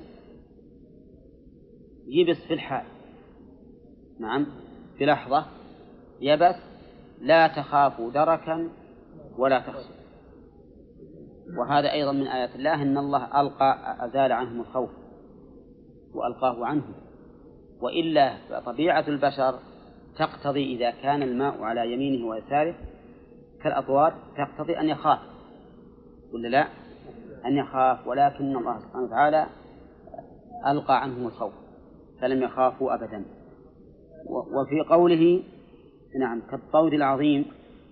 يبس في الحال، نعم في لحظة يبس، لا تخاف دركا ولا تخشى. وهذا أيضا من آيات الله أن الله ألقى أزال عنهم الخوف وألقاه عنهم، وإلا فطبيعة البشر تقتضي إذا كان الماء على يمينه ويساره كالأطوار تقتضي أن يخاف ولا لا؟ أن يخاف، ولكن الله سبحانه وتعالى ألقى عنهم الخوف فلم يخافوا أبدا. وفي قوله نعم كالطود العظيم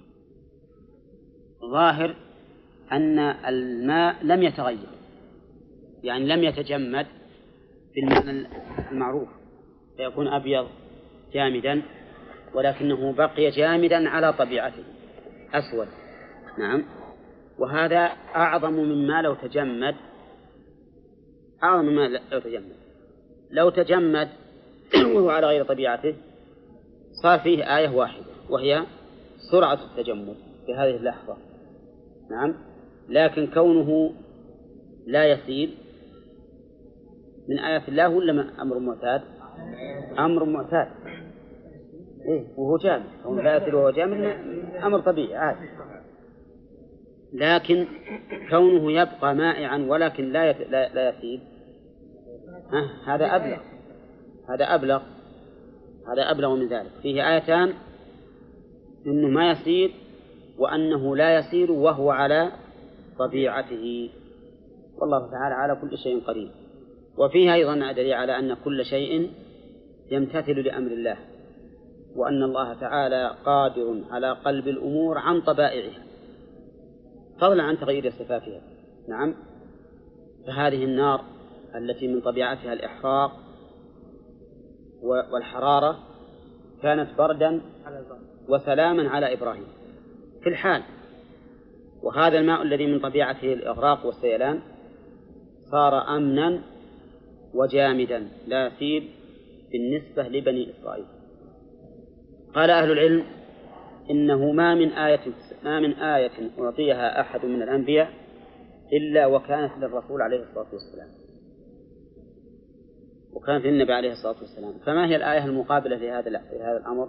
ظاهر أن الماء لم يتغير، يعني لم يتجمد بالمعنى المعروف فيكون أبيض جامدا، ولكنه بقي جامدا على طبيعته أسود. نعم، وهذا أعظم مما لو تجمد، أعظم مما لو تجمد لو تجمد وهو على غير طبيعته صار فيه آية واحدة وهي سرعة التجمد في هذه اللحظة. نعم، لكن كونه لا يسيل من آيات الله ولا أمر معتاد؟ أمر معتاد، إيه وهو جامد، كونه لا يسيل وهو جامد أمر طبيعي عادي. لكن كونه يبقى مائعا ولكن لا يت... لا, لا يسيل، هذا أبلغ، هذا أبلغ هذا أبلغ من ذلك. فيه آيتان إنه ما يسير وأنه لا يسير وهو على طبيعته، والله تعالى على كل شيء قدير. وفيه أيضا دليل على أن كل شيء يمتثل لأمر الله، وأن الله تعالى قادر على قلب الأمور عن طبائعها فضلا عن تغيير صفاتها. نعم، فهذه النار التي من طبيعتها الإحراق والحرارة كانت بردا وسلاما على إبراهيم في الحال، وهذا الماء الذي من طبيعته الإغراق والسيلان صار أمنا وجامدا لا يسيل بالنسبة لبني إسرائيل. قال أهل العلم إنه ما من آية ما من آية أعطيها أحد من الأنبياء إلا وكانت للرسول عليه الصلاة والسلام، وكانت للنبي عليه الصلاة والسلام. فما هي الآية المقابلة لهذا لهذا الأمر؟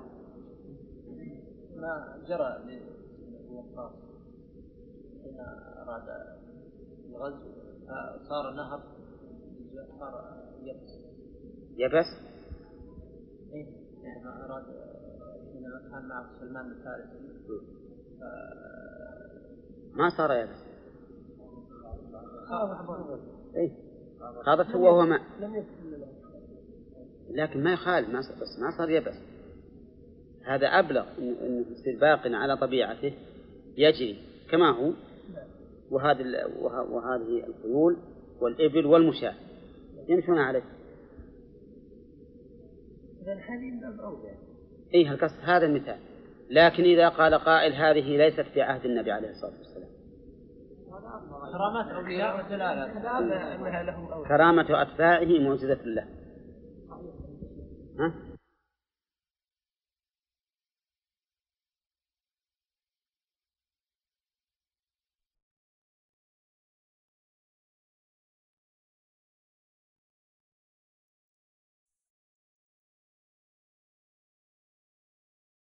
ما جرى للوقاص حين أراد الغزو صار نهر صار يبس يبس إيه يعني ما أراد حين كان مع سلمان الفارسي ما صار يبس، إيه خاضت هو وهو ماء، لكن ما يخالف ما صار بس ما صار يبس. هذا أبلغ إنه يصير باق على طبيعته يجري كما هو، وهذه وهذه الخيول والإبل والمشاة يمشون عليه. إذا هذه من الأولى. إيه القصد هذا المثال. لكن إذا قال قائل هذه ليست في عهد النبي عليه الصلاة والسلام، كرامات أولياء ودلالات، كرامة أتباعه معجزة له. ها؟